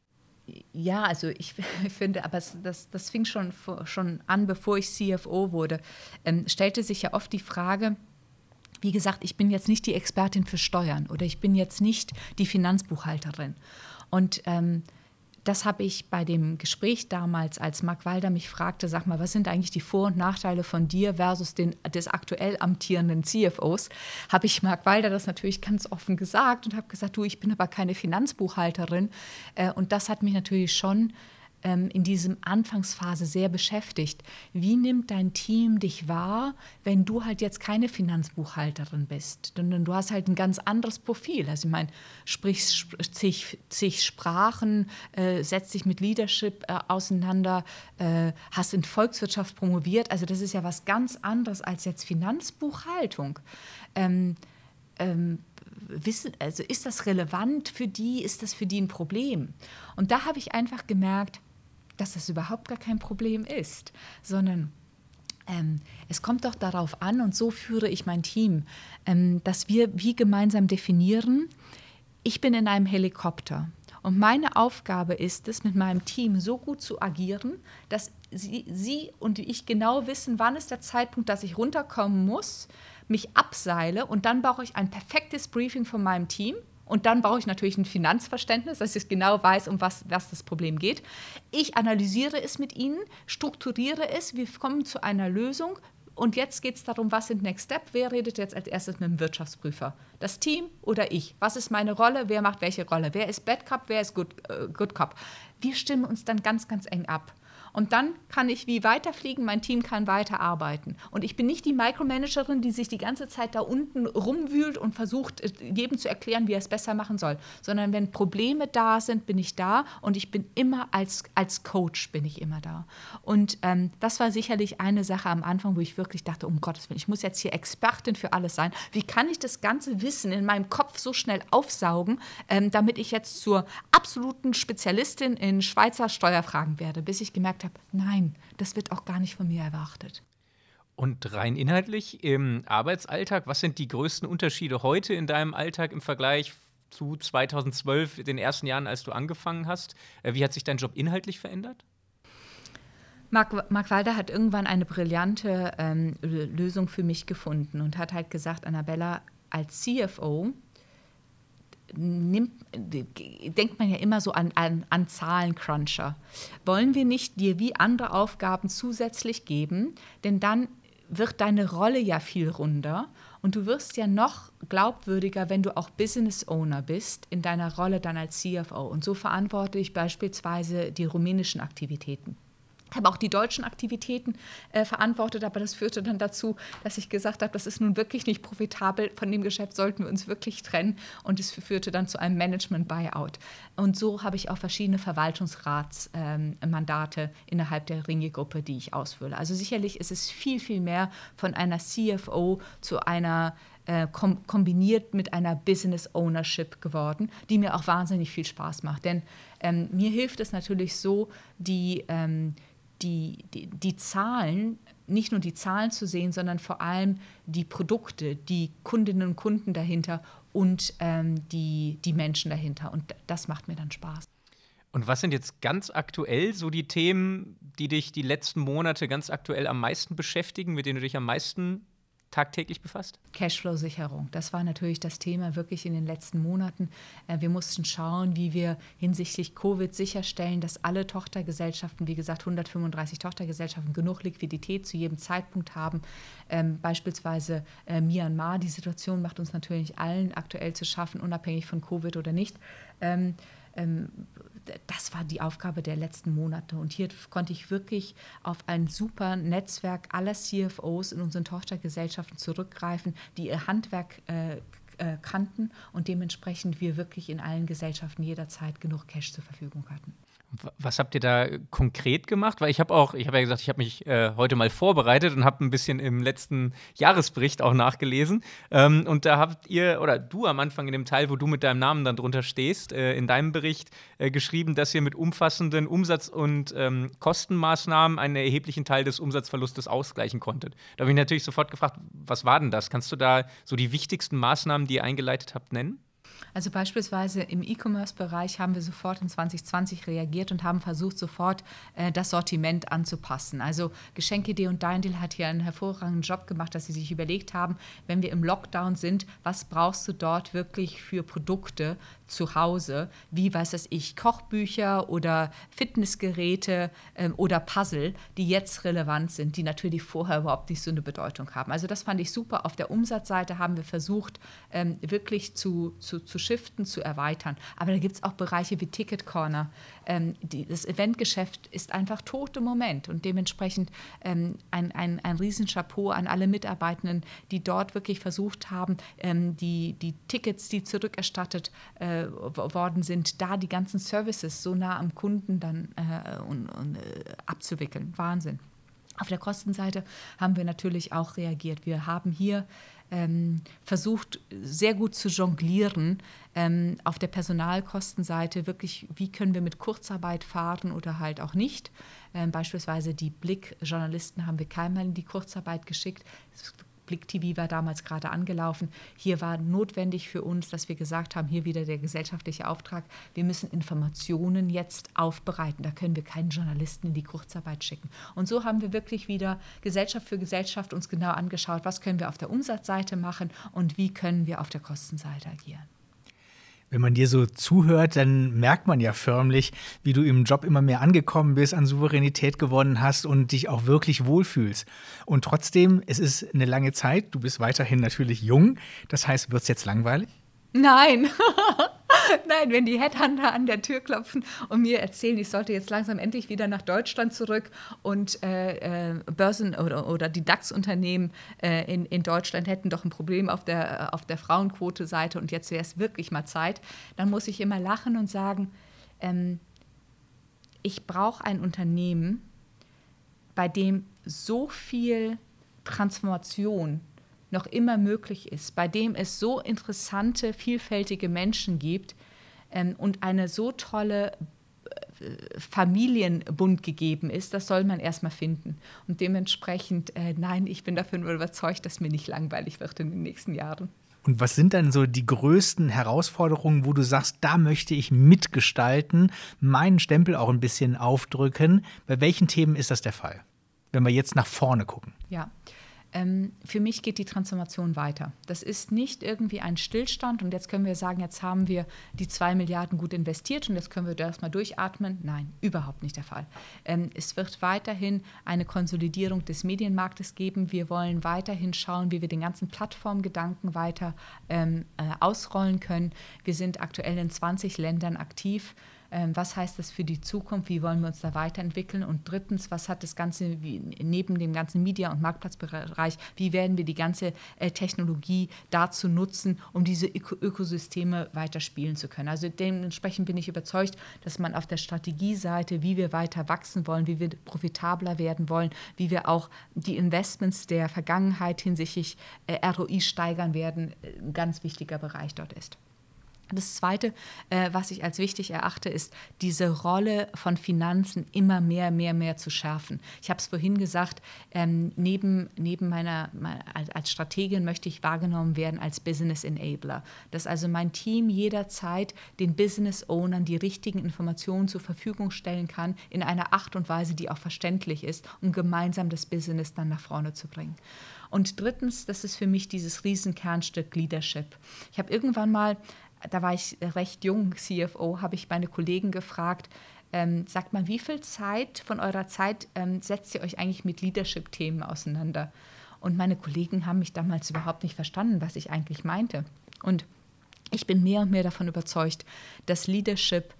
Speaker 1: Ja, also ich finde, aber es, das, das fing schon, schon an, bevor ich C F O wurde, ähm, stellte sich ja oft die Frage, wie gesagt, ich bin jetzt nicht die Expertin für Steuern oder ich bin jetzt nicht die Finanzbuchhalterin. Und ähm, das habe ich bei dem Gespräch damals, als Mark Walder mich fragte, sag mal, was sind eigentlich die Vor- und Nachteile von dir versus den, des aktuell amtierenden C F Os, habe ich Mark Walder das natürlich ganz offen gesagt und habe gesagt, du, ich bin aber keine Finanzbuchhalterin. Äh, und das hat mich natürlich schon ähm, in diesem Anfangsphase sehr beschäftigt. Wie nimmt dein Team dich wahr, wenn du halt jetzt keine Finanzbuchhalterin bist? Denn du hast halt ein ganz anderes Profil. Also ich meine, sprichst zig, zig Sprachen, äh, setzt dich mit Leadership äh, auseinander, äh, hast in Volkswirtschaft promoviert. Also das ist ja was ganz anderes als jetzt Finanzbuchhaltung. Ähm, ähm, wissen, also ist das relevant für die? Ist das für die ein Problem? Und da habe ich einfach gemerkt, dass das überhaupt gar kein Problem ist, sondern ähm, es kommt doch darauf an, und so führe ich mein Team, ähm, dass wir wie gemeinsam definieren, ich bin in einem Helikopter und meine Aufgabe ist es, mit meinem Team so gut zu agieren, dass sie, sie und ich genau wissen, wann ist der Zeitpunkt, dass ich runterkommen muss, mich abseile und dann brauche ich ein perfektes Briefing von meinem Team. Und dann brauche ich natürlich ein Finanzverständnis, dass ich genau weiß, um was, was das Problem geht. Ich analysiere es mit Ihnen, strukturiere es, wir kommen zu einer Lösung. Und jetzt geht es darum, was sind Next Step? Wer redet jetzt als erstes mit dem Wirtschaftsprüfer? Das Team oder ich? Was ist meine Rolle? Wer macht welche Rolle? Wer ist Bad Cop? Wer ist Good, äh, Good Cop? Wir stimmen uns dann ganz, ganz eng ab. Und dann kann ich wie weiterfliegen, mein Team kann weiterarbeiten. Und ich bin nicht die Micromanagerin, die sich die ganze Zeit da unten rumwühlt und versucht, jedem zu erklären, wie er es besser machen soll. Sondern wenn Probleme da sind, bin ich da und ich bin immer als, als Coach bin ich immer da. Und ähm, das war sicherlich eine Sache am Anfang, wo ich wirklich dachte, um Gottes Willen, ich muss jetzt hier Expertin für alles sein. Wie kann ich das ganze Wissen in meinem Kopf so schnell aufsaugen, ähm, damit ich jetzt zur absoluten Spezialistin in Schweizer Steuerfragen werde, bis ich gemerkt habe, nein, das wird auch gar nicht von mir erwartet.
Speaker 3: Und rein inhaltlich im Arbeitsalltag, was sind die größten Unterschiede heute in deinem Alltag im Vergleich zu zweitausendzwölf, den ersten Jahren, als du angefangen hast? Wie hat sich dein Job inhaltlich verändert?
Speaker 1: Mark, Mark Walder hat irgendwann eine brillante ähm, Lösung für mich gefunden und hat halt gesagt, Annabella, als C F O Nimmt, denkt man ja immer so an, an, an Zahlencruncher. Wollen wir nicht dir wie andere Aufgaben zusätzlich geben? Denn dann wird deine Rolle ja viel runder und du wirst ja noch glaubwürdiger, wenn du auch Business Owner bist, in deiner Rolle dann als C F O. Und so verantworte ich beispielsweise die rumänischen Aktivitäten. Ich habe auch die deutschen Aktivitäten äh, verantwortet, aber das führte dann dazu, dass ich gesagt habe, das ist nun wirklich nicht profitabel, von dem Geschäft sollten wir uns wirklich trennen und es führte dann zu einem Management-Buyout. Und so habe ich auch verschiedene Verwaltungsratsmandate ähm, innerhalb der Ringier-Gruppe, die ich ausfülle. Also sicherlich ist es viel, viel mehr von einer C F O zu einer äh, kom- kombiniert mit einer Business Ownership geworden, die mir auch wahnsinnig viel Spaß macht. Denn ähm, mir hilft es natürlich so, die ähm, Die, die, die Zahlen, nicht nur die Zahlen zu sehen, sondern vor allem die Produkte, die Kundinnen und Kunden dahinter und ähm, die, die Menschen dahinter. Und das macht mir dann Spaß.
Speaker 3: Und was sind jetzt ganz aktuell so die Themen, die dich die letzten Monate ganz aktuell am meisten beschäftigen, mit denen du dich am meisten tagtäglich befasst?
Speaker 1: Cashflow-Sicherung, das war natürlich das Thema wirklich in den letzten Monaten. Wir mussten schauen, wie wir hinsichtlich Covid sicherstellen, dass alle Tochtergesellschaften, wie gesagt hundertfünfunddreißig Tochtergesellschaften, genug Liquidität zu jedem Zeitpunkt haben. Ähm, beispielsweise äh, Myanmar, die Situation macht uns natürlich allen aktuell zu schaffen, unabhängig von Covid oder nicht. Ähm, ähm, Das war die Aufgabe der letzten Monate. Und hier konnte ich wirklich auf ein super Netzwerk aller C F Os in unseren Tochtergesellschaften zurückgreifen, die ihr Handwerk äh, äh, kannten und dementsprechend wir wirklich in allen Gesellschaften jederzeit genug Cash zur Verfügung hatten.
Speaker 3: Was habt ihr da konkret gemacht? Weil ich habe auch, ich habe ja gesagt, ich habe mich äh, heute mal vorbereitet und habe ein bisschen im letzten Jahresbericht auch nachgelesen. Ähm, und da habt ihr, oder du am Anfang in dem Teil, wo du mit deinem Namen dann drunter stehst, äh, in deinem Bericht äh, geschrieben, dass ihr mit umfassenden Umsatz- und ähm, Kostenmaßnahmen einen erheblichen Teil des Umsatzverlustes ausgleichen konntet. Da habe ich natürlich sofort gefragt, was war denn das? Kannst du da so die wichtigsten Maßnahmen, die ihr eingeleitet habt, nennen?
Speaker 1: Also beispielsweise im E-Commerce-Bereich haben wir sofort in zwanzig zwanzig reagiert und haben versucht, sofort äh, das Sortiment anzupassen. Also Geschenke.de und Deindl hat hier einen hervorragenden Job gemacht, dass sie sich überlegt haben, wenn wir im Lockdown sind, was brauchst du dort wirklich für Produkte zu Hause, wie, weiß das ich, Kochbücher oder Fitnessgeräte ähm, oder Puzzle, die jetzt relevant sind, die natürlich vorher überhaupt nicht so eine Bedeutung haben. Also das fand ich super. Auf der Umsatzseite haben wir versucht, ähm, wirklich zu, zu, zu shiften, zu erweitern. Aber da gibt es auch Bereiche wie Ticket Corner. Ähm, die, das Eventgeschäft ist einfach tot im Moment und dementsprechend ähm, ein, ein, ein Riesenchapeau an alle Mitarbeitenden, die dort wirklich versucht haben, ähm, die, die Tickets, die zurückerstattet äh, worden sind, da die ganzen Services so nah am Kunden dann äh, und, und, äh, abzuwickeln. Wahnsinn. Auf der Kostenseite haben wir natürlich auch reagiert. Wir haben hier ähm, versucht, sehr gut zu jonglieren. Ähm, auf der Personalkostenseite wirklich, wie können wir mit Kurzarbeit fahren oder halt auch nicht. Ähm, beispielsweise die Blick-Journalisten haben wir keinmal in die Kurzarbeit geschickt. Blick T V war damals gerade angelaufen. Hier war notwendig für uns, dass wir gesagt haben, hier wieder der gesellschaftliche Auftrag, wir müssen Informationen jetzt aufbereiten. Da können wir keinen Journalisten in die Kurzarbeit schicken. Und so haben wir wirklich wieder Gesellschaft für Gesellschaft uns genau angeschaut, was können wir auf der Umsatzseite machen und wie können wir auf der Kostenseite agieren.
Speaker 2: Wenn man dir so zuhört, dann merkt man ja förmlich, wie du im Job immer mehr angekommen bist, an Souveränität gewonnen hast und dich auch wirklich wohlfühlst. Und trotzdem, es ist eine lange Zeit, du bist weiterhin natürlich jung. Das heißt, wird es jetzt langweilig?
Speaker 1: Nein. Nein, wenn die Headhunter an der Tür klopfen und mir erzählen, ich sollte jetzt langsam endlich wieder nach Deutschland zurück und äh, äh, Börsen- oder, oder die DAX-Unternehmen äh, in, in Deutschland hätten doch ein Problem auf der, auf der Frauenquote-Seite und jetzt wäre es wirklich mal Zeit, dann muss ich immer lachen und sagen, ähm, ich brauche ein Unternehmen, bei dem so viel Transformation noch immer möglich ist, bei dem es so interessante, vielfältige Menschen gibt ähm, und eine so tolle äh, Familienbund gegeben ist, das soll man erstmal finden. Und dementsprechend, äh, nein, ich bin dafür nur überzeugt, dass mir nicht langweilig wird in den nächsten Jahren.
Speaker 2: Und was sind dann so die größten Herausforderungen, wo du sagst, da möchte ich mitgestalten, meinen Stempel auch ein bisschen aufdrücken? Bei welchen Themen ist das der Fall, wenn wir jetzt nach vorne gucken?
Speaker 1: Ja. Ähm, für mich geht die Transformation weiter. Das ist nicht irgendwie ein Stillstand und jetzt können wir sagen, jetzt haben wir die zwei Milliarden gut investiert und jetzt können wir da erstmal durchatmen. Nein, überhaupt nicht der Fall. Ähm, es wird weiterhin eine Konsolidierung des Medienmarktes geben. Wir wollen weiterhin schauen, wie wir den ganzen Plattformgedanken weiter ähm, äh, ausrollen können. Wir sind aktuell in zwanzig Ländern aktiv. Was heißt das für die Zukunft? Wie wollen wir uns da weiterentwickeln? Und drittens, was hat das Ganze wie, neben dem ganzen Media- und Marktplatzbereich, wie werden wir die ganze äh, Technologie dazu nutzen, um diese Öko- Ökosysteme weiterspielen zu können? Also dementsprechend bin ich überzeugt, dass man auf der Strategieseite, wie wir weiter wachsen wollen, wie wir profitabler werden wollen, wie wir auch die Investments der Vergangenheit hinsichtlich äh, R O I steigern werden, ein ganz wichtiger Bereich dort ist. Das Zweite, äh, was ich als wichtig erachte, ist, diese Rolle von Finanzen immer mehr, mehr, mehr zu schärfen. Ich habe es vorhin gesagt, ähm, neben, neben meiner, als, als Strategin möchte ich wahrgenommen werden als Business Enabler. Dass also mein Team jederzeit den Business Ownern die richtigen Informationen zur Verfügung stellen kann, in einer Art und Weise, die auch verständlich ist, um gemeinsam das Business dann nach vorne zu bringen. Und drittens, das ist für mich dieses Riesenkernstück Leadership. Ich habe irgendwann mal, da war ich recht jung, C F O, habe ich meine Kollegen gefragt, ähm, sagt mal, wie viel Zeit von eurer Zeit ähm, setzt ihr euch eigentlich mit Leadership-Themen auseinander? Und meine Kollegen haben mich damals überhaupt nicht verstanden, was ich eigentlich meinte. Und ich bin mehr und mehr davon überzeugt, dass Leadership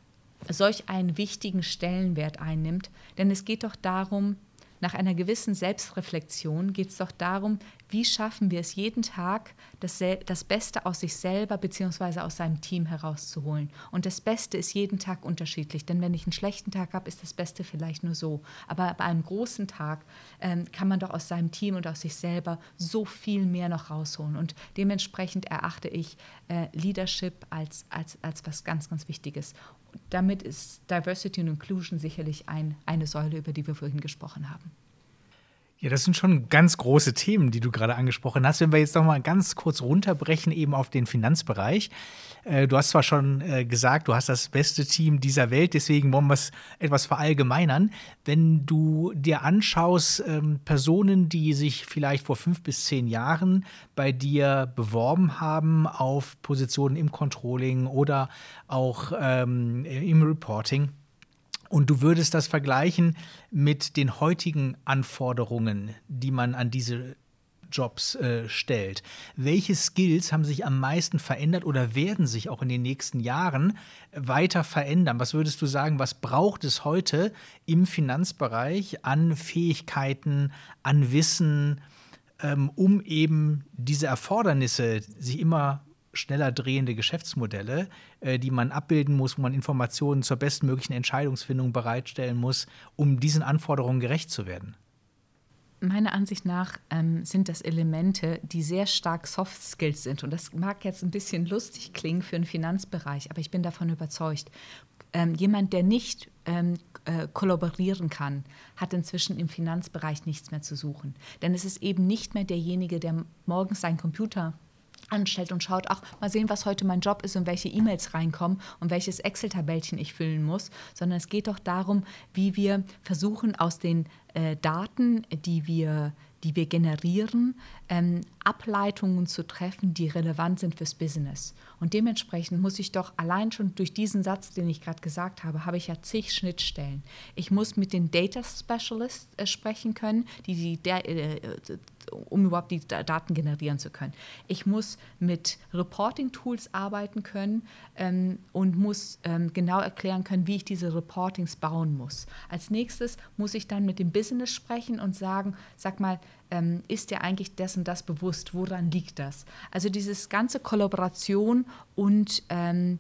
Speaker 1: solch einen wichtigen Stellenwert einnimmt, denn es geht doch darum, nach einer gewissen Selbstreflexion geht es doch darum, wie schaffen wir es jeden Tag, das, das Beste aus sich selber bzw. aus seinem Team herauszuholen. Und das Beste ist jeden Tag unterschiedlich, denn wenn ich einen schlechten Tag habe, ist das Beste vielleicht nur so. Aber bei einem großen Tag ähm, kann man doch aus seinem Team und aus sich selber so viel mehr noch rausholen. Und dementsprechend erachte ich äh, Leadership als, als, als was ganz, ganz Wichtiges. Damit ist Diversity und Inclusion sicherlich ein, eine Säule, über die wir vorhin gesprochen haben.
Speaker 2: Ja, das sind schon ganz große Themen, die du gerade angesprochen hast. Wenn wir jetzt noch mal ganz kurz runterbrechen, eben auf den Finanzbereich. Äh, du hast zwar schon äh, gesagt, du hast das beste Team dieser Welt, deswegen wollen wir es etwas verallgemeinern. Wenn du dir anschaust, ähm, Personen, die sich vielleicht vor fünf bis zehn Jahren bei dir beworben haben auf Positionen im Controlling oder auch ähm, im Reporting, und du würdest das vergleichen mit den heutigen Anforderungen, die man an diese Jobs äh, stellt. Welche Skills haben sich am meisten verändert oder werden sich auch in den nächsten Jahren weiter verändern? Was würdest du sagen, was braucht es heute im Finanzbereich an Fähigkeiten, an Wissen, ähm, um eben diese Erfordernisse, sich immer schneller drehende Geschäftsmodelle, äh, die man abbilden muss, wo man Informationen zur bestmöglichen Entscheidungsfindung bereitstellen muss, um diesen Anforderungen gerecht zu werden?
Speaker 1: Meiner Ansicht nach ähm, sind das Elemente, die sehr stark Soft Skills sind. Und das mag jetzt ein bisschen lustig klingen für den Finanzbereich, aber ich bin davon überzeugt. Ähm, jemand, der nicht ähm, äh, kollaborieren kann, hat inzwischen im Finanzbereich nichts mehr zu suchen. Denn es ist eben nicht mehr derjenige, der morgens seinen Computer anstellt und schaut, ach, mal sehen, was heute mein Job ist und welche E-Mails reinkommen und welches Excel-Tabellchen ich füllen muss, sondern es geht doch darum, wie wir versuchen, aus den äh, Daten, die wir, die wir generieren, ähm, Ableitungen zu treffen, die relevant sind fürs Business. Und dementsprechend muss ich doch allein schon durch diesen Satz, den ich gerade gesagt habe, habe ich ja zig Schnittstellen. Ich muss mit den Data Specialists äh, sprechen können, die die der, äh, um überhaupt die Daten generieren zu können. Ich muss mit Reporting-Tools arbeiten können ähm, und muss ähm, genau erklären können, wie ich diese Reportings bauen muss. Als nächstes muss ich dann mit dem Business sprechen und sagen, sag mal, ähm, ist dir eigentlich das und das bewusst? Woran liegt das? Also dieses ganze Kollaboration und ähm,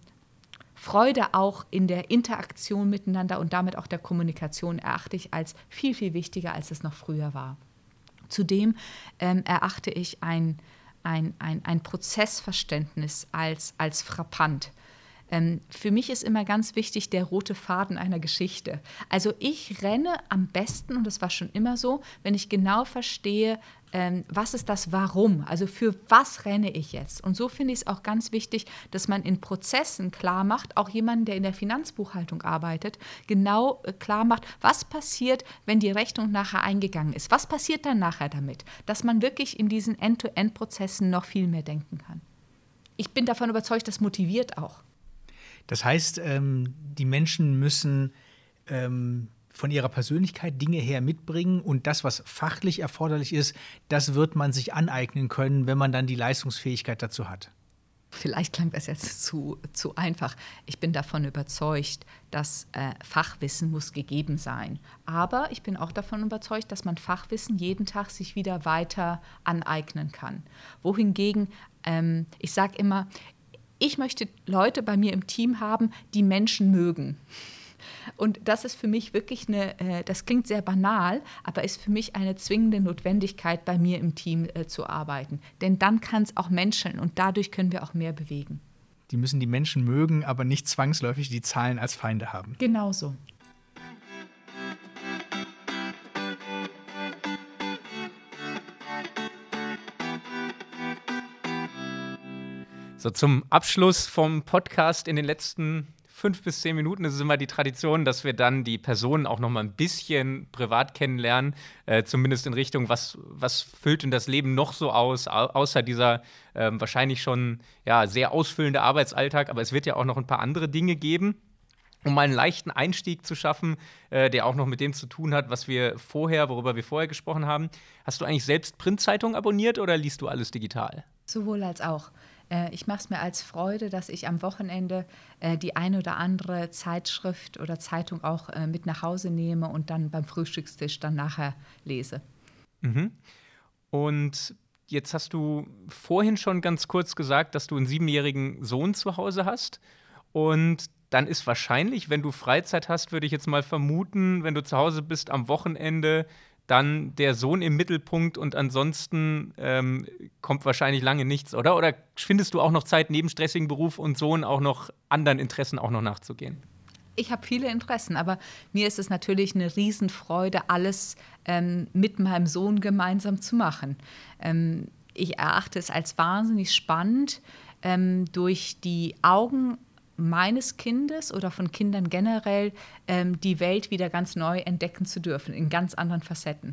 Speaker 1: Freude auch in der Interaktion miteinander und damit auch der Kommunikation erachte ich als viel, viel wichtiger, als es noch früher war. Zudem ähm, erachte ich ein, ein, ein, ein Prozessverständnis als, als frappant. Ähm, für mich ist immer ganz wichtig der rote Faden einer Geschichte. Also ich renne am besten, und das war schon immer so, wenn ich genau verstehe, ähm, was ist das Warum, also für was renne ich jetzt. Und so finde ich es auch ganz wichtig, dass man in Prozessen klar macht, auch jemanden, der in der Finanzbuchhaltung arbeitet, genau äh, klar macht, was passiert, wenn die Rechnung nachher eingegangen ist. Was passiert dann nachher damit? Dass man wirklich in diesen End-to-End-Prozessen noch viel mehr denken kann. Ich bin davon überzeugt, das motiviert auch.
Speaker 2: Das heißt, ähm, die Menschen müssen ähm, von ihrer Persönlichkeit Dinge her mitbringen und das, was fachlich erforderlich ist, das wird man sich aneignen können, wenn man dann die Leistungsfähigkeit dazu hat.
Speaker 1: Vielleicht klang das jetzt zu, zu einfach. Ich bin davon überzeugt, dass äh, Fachwissen muss gegeben sein. Aber ich bin auch davon überzeugt, dass man Fachwissen jeden Tag sich wieder weiter aneignen kann. Wohingegen, ähm, ich sage immer, ich möchte Leute bei mir im Team haben, die Menschen mögen. Und das ist für mich wirklich eine, äh, das klingt sehr banal, aber ist für mich eine zwingende Notwendigkeit, bei mir im Team äh, zu arbeiten. Denn dann kann es auch menscheln und dadurch können wir auch mehr bewegen.
Speaker 2: Die müssen die Menschen mögen, aber nicht zwangsläufig die Zahlen als Feinde haben.
Speaker 1: Genau so.
Speaker 3: So, zum Abschluss vom Podcast in den letzten fünf bis zehn Minuten ist es immer die Tradition, dass wir dann die Personen auch noch mal ein bisschen privat kennenlernen, äh, zumindest in Richtung, was, was füllt denn das Leben noch so aus, au außer dieser äh, wahrscheinlich schon ja, sehr ausfüllende Arbeitsalltag, aber es wird ja auch noch ein paar andere Dinge geben. Um mal einen leichten Einstieg zu schaffen, äh, der auch noch mit dem zu tun hat, was wir vorher, worüber wir vorher gesprochen haben. Hast du eigentlich selbst Printzeitungen abonniert oder liest du alles digital?
Speaker 1: Sowohl als auch. Ich mache es mir als Freude, dass ich am Wochenende äh, die eine oder andere Zeitschrift oder Zeitung auch äh, mit nach Hause nehme und dann beim Frühstückstisch dann nachher lese.
Speaker 3: Mhm. Und jetzt hast du vorhin schon ganz kurz gesagt, dass du einen siebenjährigen Sohn zu Hause hast. Und dann ist wahrscheinlich, wenn du Freizeit hast, würde ich jetzt mal vermuten, wenn du zu Hause bist am Wochenende, dann der Sohn im Mittelpunkt und ansonsten ähm, kommt wahrscheinlich lange nichts, oder? Oder findest du auch noch Zeit, neben stressigem Beruf und Sohn auch noch anderen Interessen auch noch nachzugehen?
Speaker 1: Ich habe viele Interessen, aber mir ist es natürlich eine Riesenfreude, alles ähm, mit meinem Sohn gemeinsam zu machen. Ähm, ich erachte es als wahnsinnig spannend, ähm, durch die Augen meines Kindes oder von Kindern generell ähm, die Welt wieder ganz neu entdecken zu dürfen, in ganz anderen Facetten.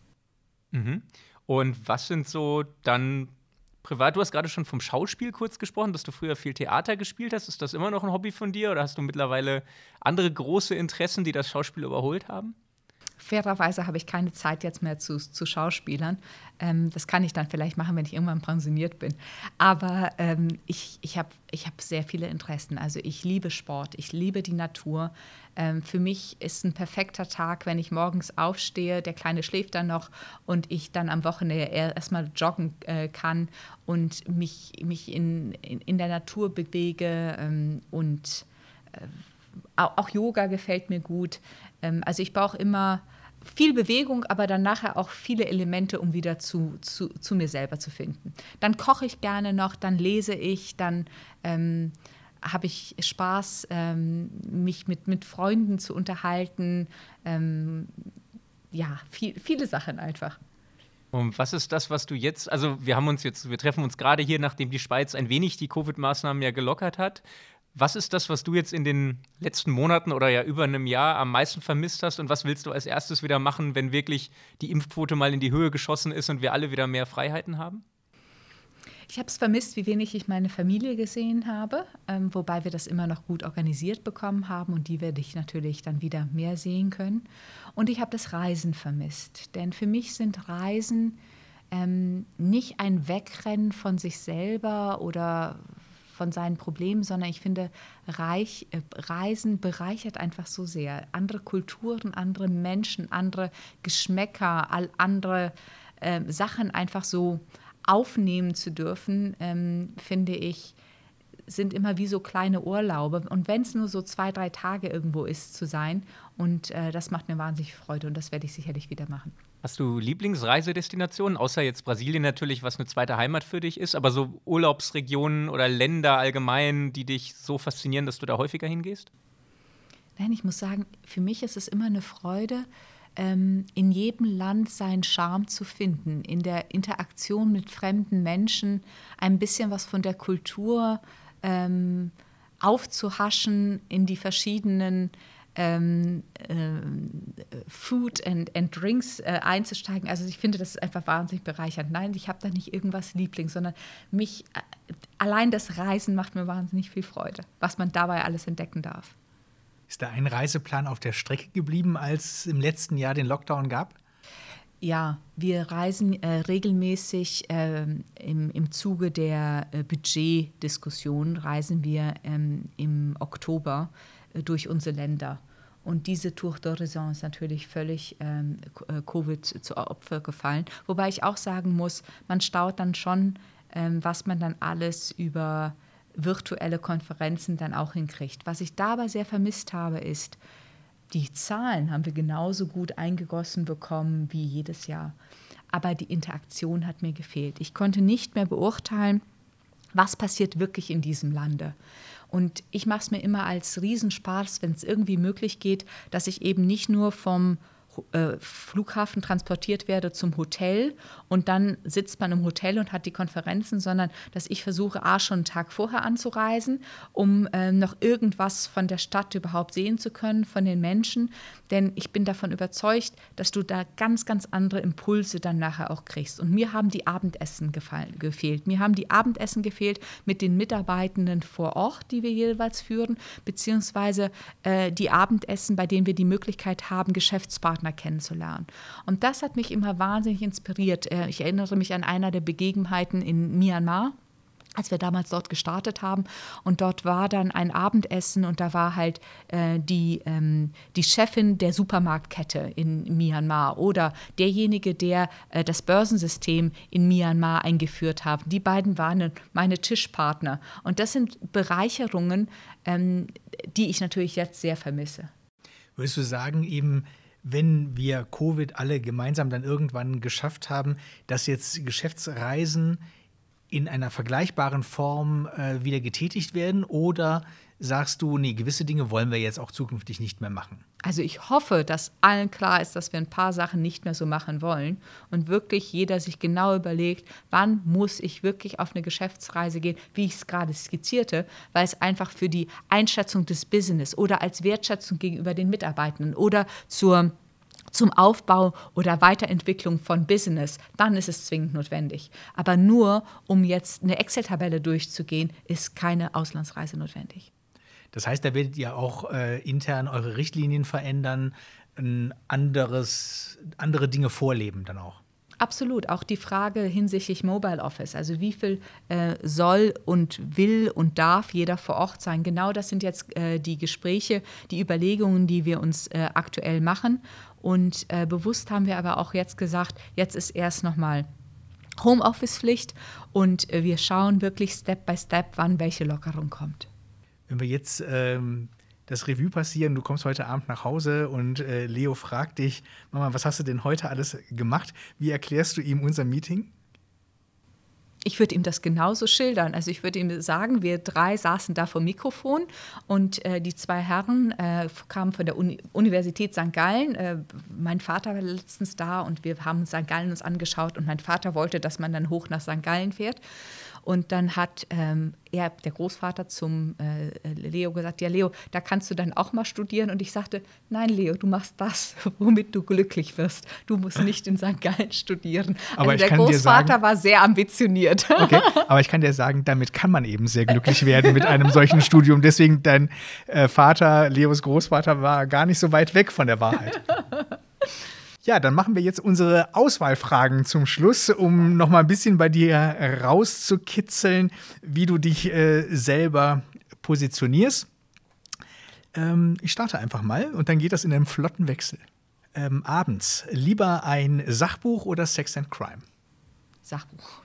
Speaker 3: Mhm. Und was sind so dann privat, du hast gerade schon vom Schauspiel kurz gesprochen, dass du früher viel Theater gespielt hast. Ist das immer noch ein Hobby von dir oder hast du mittlerweile andere große Interessen, die das Schauspiel überholt haben?
Speaker 1: Fairerweise habe ich keine Zeit jetzt mehr zu, zu Schauspielern. Ähm, das kann ich dann vielleicht machen, wenn ich irgendwann pensioniert bin. Aber ähm, ich, ich habe ich hab sehr viele Interessen. Also ich liebe Sport, ich liebe die Natur. Ähm, für mich ist ein perfekter Tag, wenn ich morgens aufstehe, der Kleine schläft dann noch und ich dann am Wochenende erstmal joggen äh, kann und mich, mich in, in, in der Natur bewege ähm, und äh, auch Yoga gefällt mir gut. Also ich brauche immer viel Bewegung, aber dann nachher auch viele Elemente, um wieder zu, zu, zu mir selber zu finden. Dann koche ich gerne noch, dann lese ich, dann ähm, habe ich Spaß, ähm, mich mit, mit Freunden zu unterhalten. Ähm, ja, viel, viele Sachen einfach.
Speaker 3: Und was ist das, was du jetzt, also wir haben uns jetzt, wir treffen uns gerade hier, nachdem die Schweiz ein wenig die Covid-Maßnahmen ja gelockert hat. Was ist das, was du jetzt in den letzten Monaten oder ja über einem Jahr am meisten vermisst hast und was willst du als erstes wieder machen, wenn wirklich die Impfquote mal in die Höhe geschossen ist und wir alle wieder mehr Freiheiten haben?
Speaker 1: Ich habe es vermisst, wie wenig ich meine Familie gesehen habe, ähm, wobei wir das immer noch gut organisiert bekommen haben und die werde ich natürlich dann wieder mehr sehen können. Und ich habe das Reisen vermisst, denn für mich sind Reisen ähm, nicht ein Wegrennen von sich selber oder von seinen Problemen, sondern ich finde, Reich, äh, Reisen bereichert einfach so sehr. Andere Kulturen, andere Menschen, andere Geschmäcker, all andere äh, Sachen einfach so aufnehmen zu dürfen, ähm, finde ich, sind immer wie so kleine Urlaube. Und wenn es nur so zwei, drei Tage irgendwo ist, zu sein. Und äh, das macht mir wahnsinnig Freude und das werde ich sicherlich wieder machen.
Speaker 3: Hast du Lieblingsreisedestinationen, außer jetzt Brasilien natürlich, was eine zweite Heimat für dich ist, aber so Urlaubsregionen oder Länder allgemein, die dich so faszinieren, dass du da häufiger hingehst?
Speaker 1: Nein, ich muss sagen, für mich ist es immer eine Freude, ähm, in jedem Land seinen Charme zu finden, in der Interaktion mit fremden Menschen ein bisschen was von der Kultur ähm, aufzuhaschen, in die verschiedenen Ähm, äh, Food and, and Drinks äh, einzusteigen. Also ich finde, das ist einfach wahnsinnig bereichernd. Nein, ich habe da nicht irgendwas Lieblings, sondern mich, äh, allein das Reisen macht mir wahnsinnig viel Freude, was man dabei alles entdecken darf.
Speaker 2: Ist da ein Reiseplan auf der Strecke geblieben, als es im letzten Jahr den Lockdown gab?
Speaker 1: Ja, wir reisen äh, regelmäßig äh, im, im Zuge der äh, Budgetdiskussion, reisen wir ähm, im Oktober äh, durch unsere Länder. Und diese Tour d'Horizon ist natürlich völlig ähm, Covid zu Opfer gefallen. Wobei ich auch sagen muss, man staut dann schon, ähm, was man dann alles über virtuelle Konferenzen dann auch hinkriegt. Was ich dabei sehr vermisst habe, ist, die Zahlen haben wir genauso gut eingegossen bekommen wie jedes Jahr. Aber die Interaktion hat mir gefehlt. Ich konnte nicht mehr beurteilen, was passiert wirklich in diesem Lande. Und ich mache es mir immer als Riesenspaß, wenn es irgendwie möglich geht, dass ich eben nicht nur vom äh, Flughafen transportiert werde zum Hotel und dann sitzt man im Hotel und hat die Konferenzen, sondern dass ich versuche, A, schon einen Tag vorher anzureisen, um äh, noch irgendwas von der Stadt überhaupt sehen zu können, von den Menschen. Denn ich bin davon überzeugt, dass du da ganz, ganz andere Impulse dann nachher auch kriegst. Und mir haben die Abendessen gefallen, gefehlt. Mir haben die Abendessen gefehlt mit den Mitarbeitenden vor Ort, die wir jeweils führen, beziehungsweise äh, die Abendessen, bei denen wir die Möglichkeit haben, Geschäftspartner kennenzulernen. Und das hat mich immer wahnsinnig inspiriert. Ich erinnere mich an einer der Begebenheiten in Myanmar, als wir damals dort gestartet haben. Und dort war dann ein Abendessen und da war halt äh, die, ähm, die Chefin der Supermarktkette in Myanmar oder derjenige, der äh, das Börsensystem in Myanmar eingeführt hat. Die beiden waren meine Tischpartner. Und das sind Bereicherungen, ähm, die ich natürlich jetzt sehr vermisse.
Speaker 2: Würdest du sagen, eben, wenn wir Covid alle gemeinsam dann irgendwann geschafft haben, dass jetzt Geschäftsreisen in einer vergleichbaren Form äh, wieder getätigt werden? Oder sagst du, nee, gewisse Dinge wollen wir jetzt auch zukünftig nicht mehr machen?
Speaker 1: Also ich hoffe, dass allen klar ist, dass wir ein paar Sachen nicht mehr so machen wollen und wirklich jeder sich genau überlegt, wann muss ich wirklich auf eine Geschäftsreise gehen, wie ich es gerade skizzierte, weil es einfach für die Einschätzung des Business oder als Wertschätzung gegenüber den Mitarbeitenden oder zur zum Aufbau oder Weiterentwicklung von Business, dann ist es zwingend notwendig. Aber nur, um jetzt eine Excel-Tabelle durchzugehen, ist keine Auslandsreise notwendig.
Speaker 2: Das heißt, da werdet ihr auch äh, intern eure Richtlinien verändern, ein anderes, andere Dinge vorleben dann auch.
Speaker 1: Absolut. Auch die Frage hinsichtlich Mobile Office, also wie viel äh, soll und will und darf jeder vor Ort sein. Genau das sind jetzt äh, die Gespräche, die Überlegungen, die wir uns äh, aktuell machen. Und äh, bewusst haben wir aber auch jetzt gesagt, jetzt ist erst nochmal Homeoffice-Pflicht und äh, wir schauen wirklich Step by Step, wann welche Lockerung kommt.
Speaker 2: Wenn wir jetzt ähm, das Revue passieren, du kommst heute Abend nach Hause und äh, Leo fragt dich, Mama, was hast du denn heute alles gemacht? Wie erklärst du ihm unser Meeting?
Speaker 1: Ich würde ihm das genauso schildern. Also ich würde ihm sagen, wir drei saßen da vor dem Mikrofon und äh, die zwei Herren äh, kamen von der Uni- Universität Sankt Gallen. Äh, mein Vater war letztens da und wir haben Sankt Gallen uns angeschaut und mein Vater wollte, dass man dann hoch nach Sankt Gallen fährt. Und dann hat ähm, er, der Großvater, zum äh, Leo gesagt, ja Leo, da kannst du dann auch mal studieren. Und ich sagte, nein Leo, du machst das, womit du glücklich wirst. Du musst nicht in Sankt Gallen studieren.
Speaker 2: Aber
Speaker 1: also
Speaker 2: ich
Speaker 1: der
Speaker 2: kann dir
Speaker 1: Großvater
Speaker 2: sagen,
Speaker 1: war sehr ambitioniert.
Speaker 2: Okay, aber ich kann dir sagen, damit kann man eben sehr glücklich werden mit einem solchen Studium. Deswegen, dein äh, Vater, Leos Großvater, war gar nicht so weit weg von der Wahrheit. Ja, dann machen wir jetzt unsere Auswahlfragen zum Schluss, um noch mal ein bisschen bei dir rauszukitzeln, wie du dich äh, selber positionierst. Ähm, ich starte einfach mal und dann geht das in einem flotten Wechsel. Ähm, abends, lieber ein Sachbuch oder Sex and Crime?
Speaker 1: Sachbuch.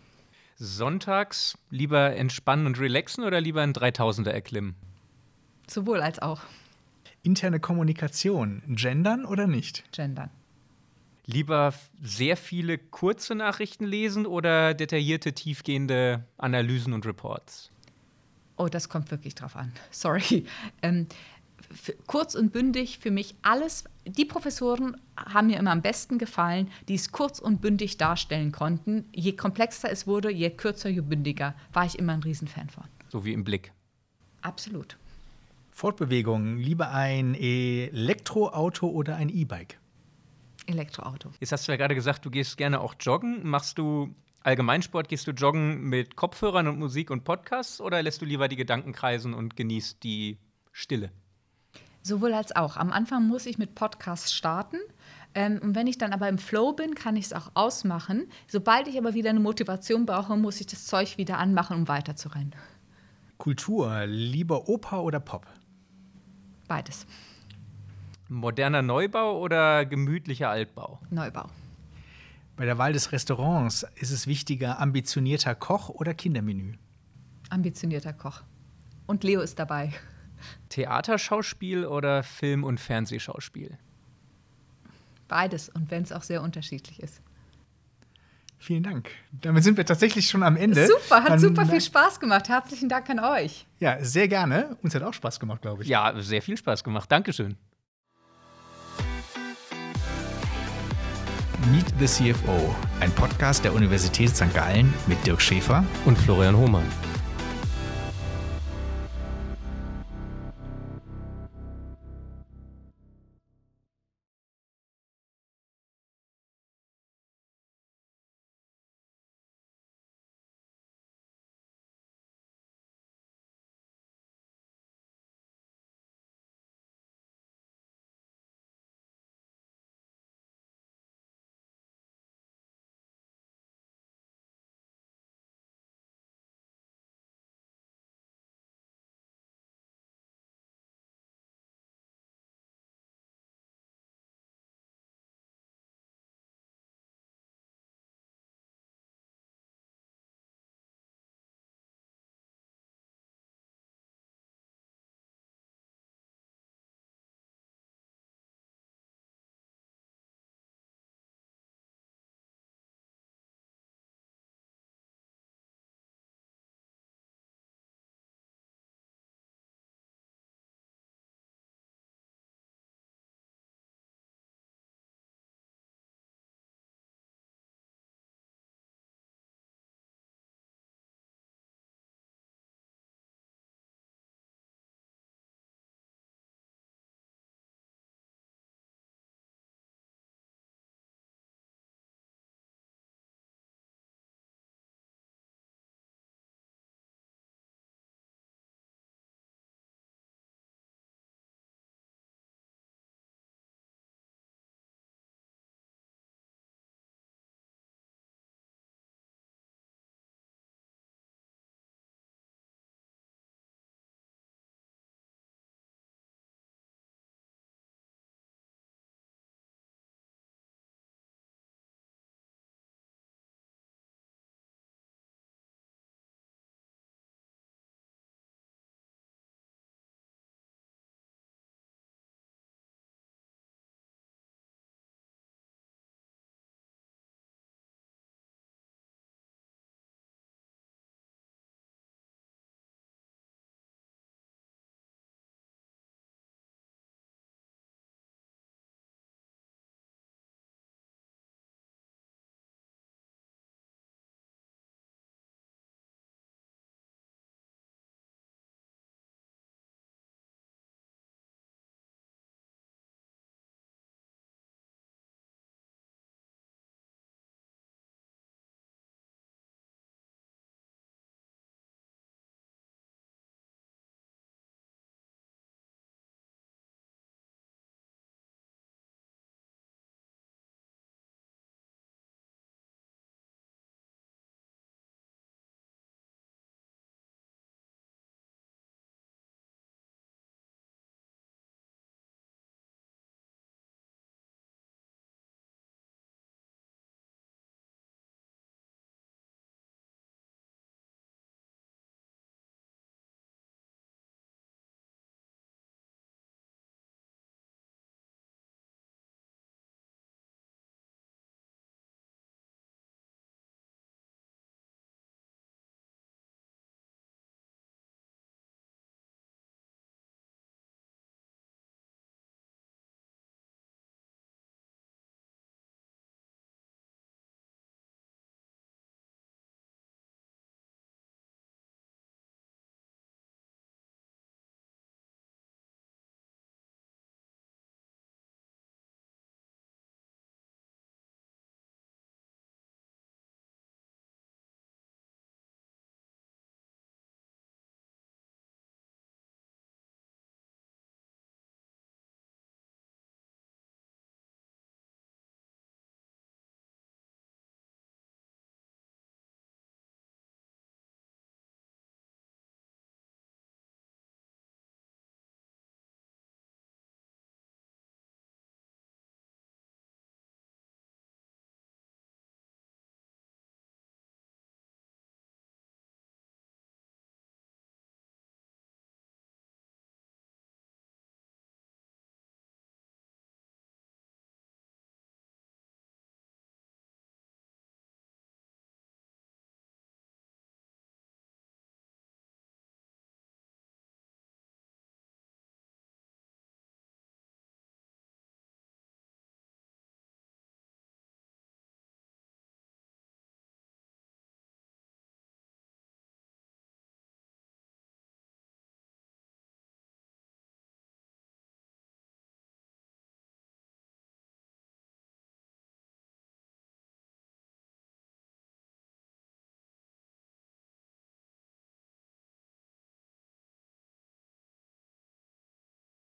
Speaker 3: Sonntags lieber entspannen und relaxen oder lieber ein dreitausender erklimmen?
Speaker 1: Sowohl als auch.
Speaker 2: Interne Kommunikation, gendern oder nicht?
Speaker 1: Gendern.
Speaker 3: Lieber sehr viele kurze Nachrichten lesen oder detaillierte, tiefgehende Analysen und Reports?
Speaker 1: Oh, das kommt wirklich drauf an. Sorry. Ähm, für, kurz und bündig für mich alles. Die Professoren haben mir immer am besten gefallen, die es kurz und bündig darstellen konnten. Je komplexer es wurde, je kürzer, je bündiger. War ich immer ein Riesenfan von.
Speaker 3: So wie im Blick.
Speaker 1: Absolut.
Speaker 2: Fortbewegung, lieber ein Elektroauto oder ein E-Bike?
Speaker 1: Elektroauto.
Speaker 3: Jetzt hast du ja gerade gesagt, du gehst gerne auch joggen. Machst du Allgemeinsport, gehst du joggen mit Kopfhörern und Musik und Podcasts oder lässt du lieber die Gedanken kreisen und genießt die Stille?
Speaker 1: Sowohl als auch. Am Anfang muss ich mit Podcasts starten. Ähm, und wenn ich dann aber im Flow bin, kann ich es auch ausmachen. Sobald ich aber wieder eine Motivation brauche, muss ich das Zeug wieder anmachen, um weiterzurennen.
Speaker 2: Kultur, lieber Oper oder Pop?
Speaker 1: Beides.
Speaker 3: Moderner Neubau oder gemütlicher Altbau?
Speaker 1: Neubau.
Speaker 2: Bei der Wahl des Restaurants ist es wichtiger, ambitionierter Koch oder Kindermenü?
Speaker 1: Ambitionierter Koch. Und Leo ist dabei.
Speaker 3: Theaterschauspiel oder Film- und Fernsehschauspiel?
Speaker 1: Beides. Und wenn es auch sehr unterschiedlich ist.
Speaker 2: Vielen Dank. Damit sind wir tatsächlich schon am Ende.
Speaker 1: Super, hat
Speaker 2: Dann,
Speaker 1: super viel Spaß gemacht. Herzlichen Dank an euch.
Speaker 2: Ja, sehr gerne. Uns hat auch Spaß gemacht, glaube ich.
Speaker 3: Ja, sehr viel Spaß gemacht. Dankeschön.
Speaker 2: Meet the C F O, ein Podcast der Universität Sankt Gallen mit Dirk Schäfer
Speaker 3: Und Florian Hohmann.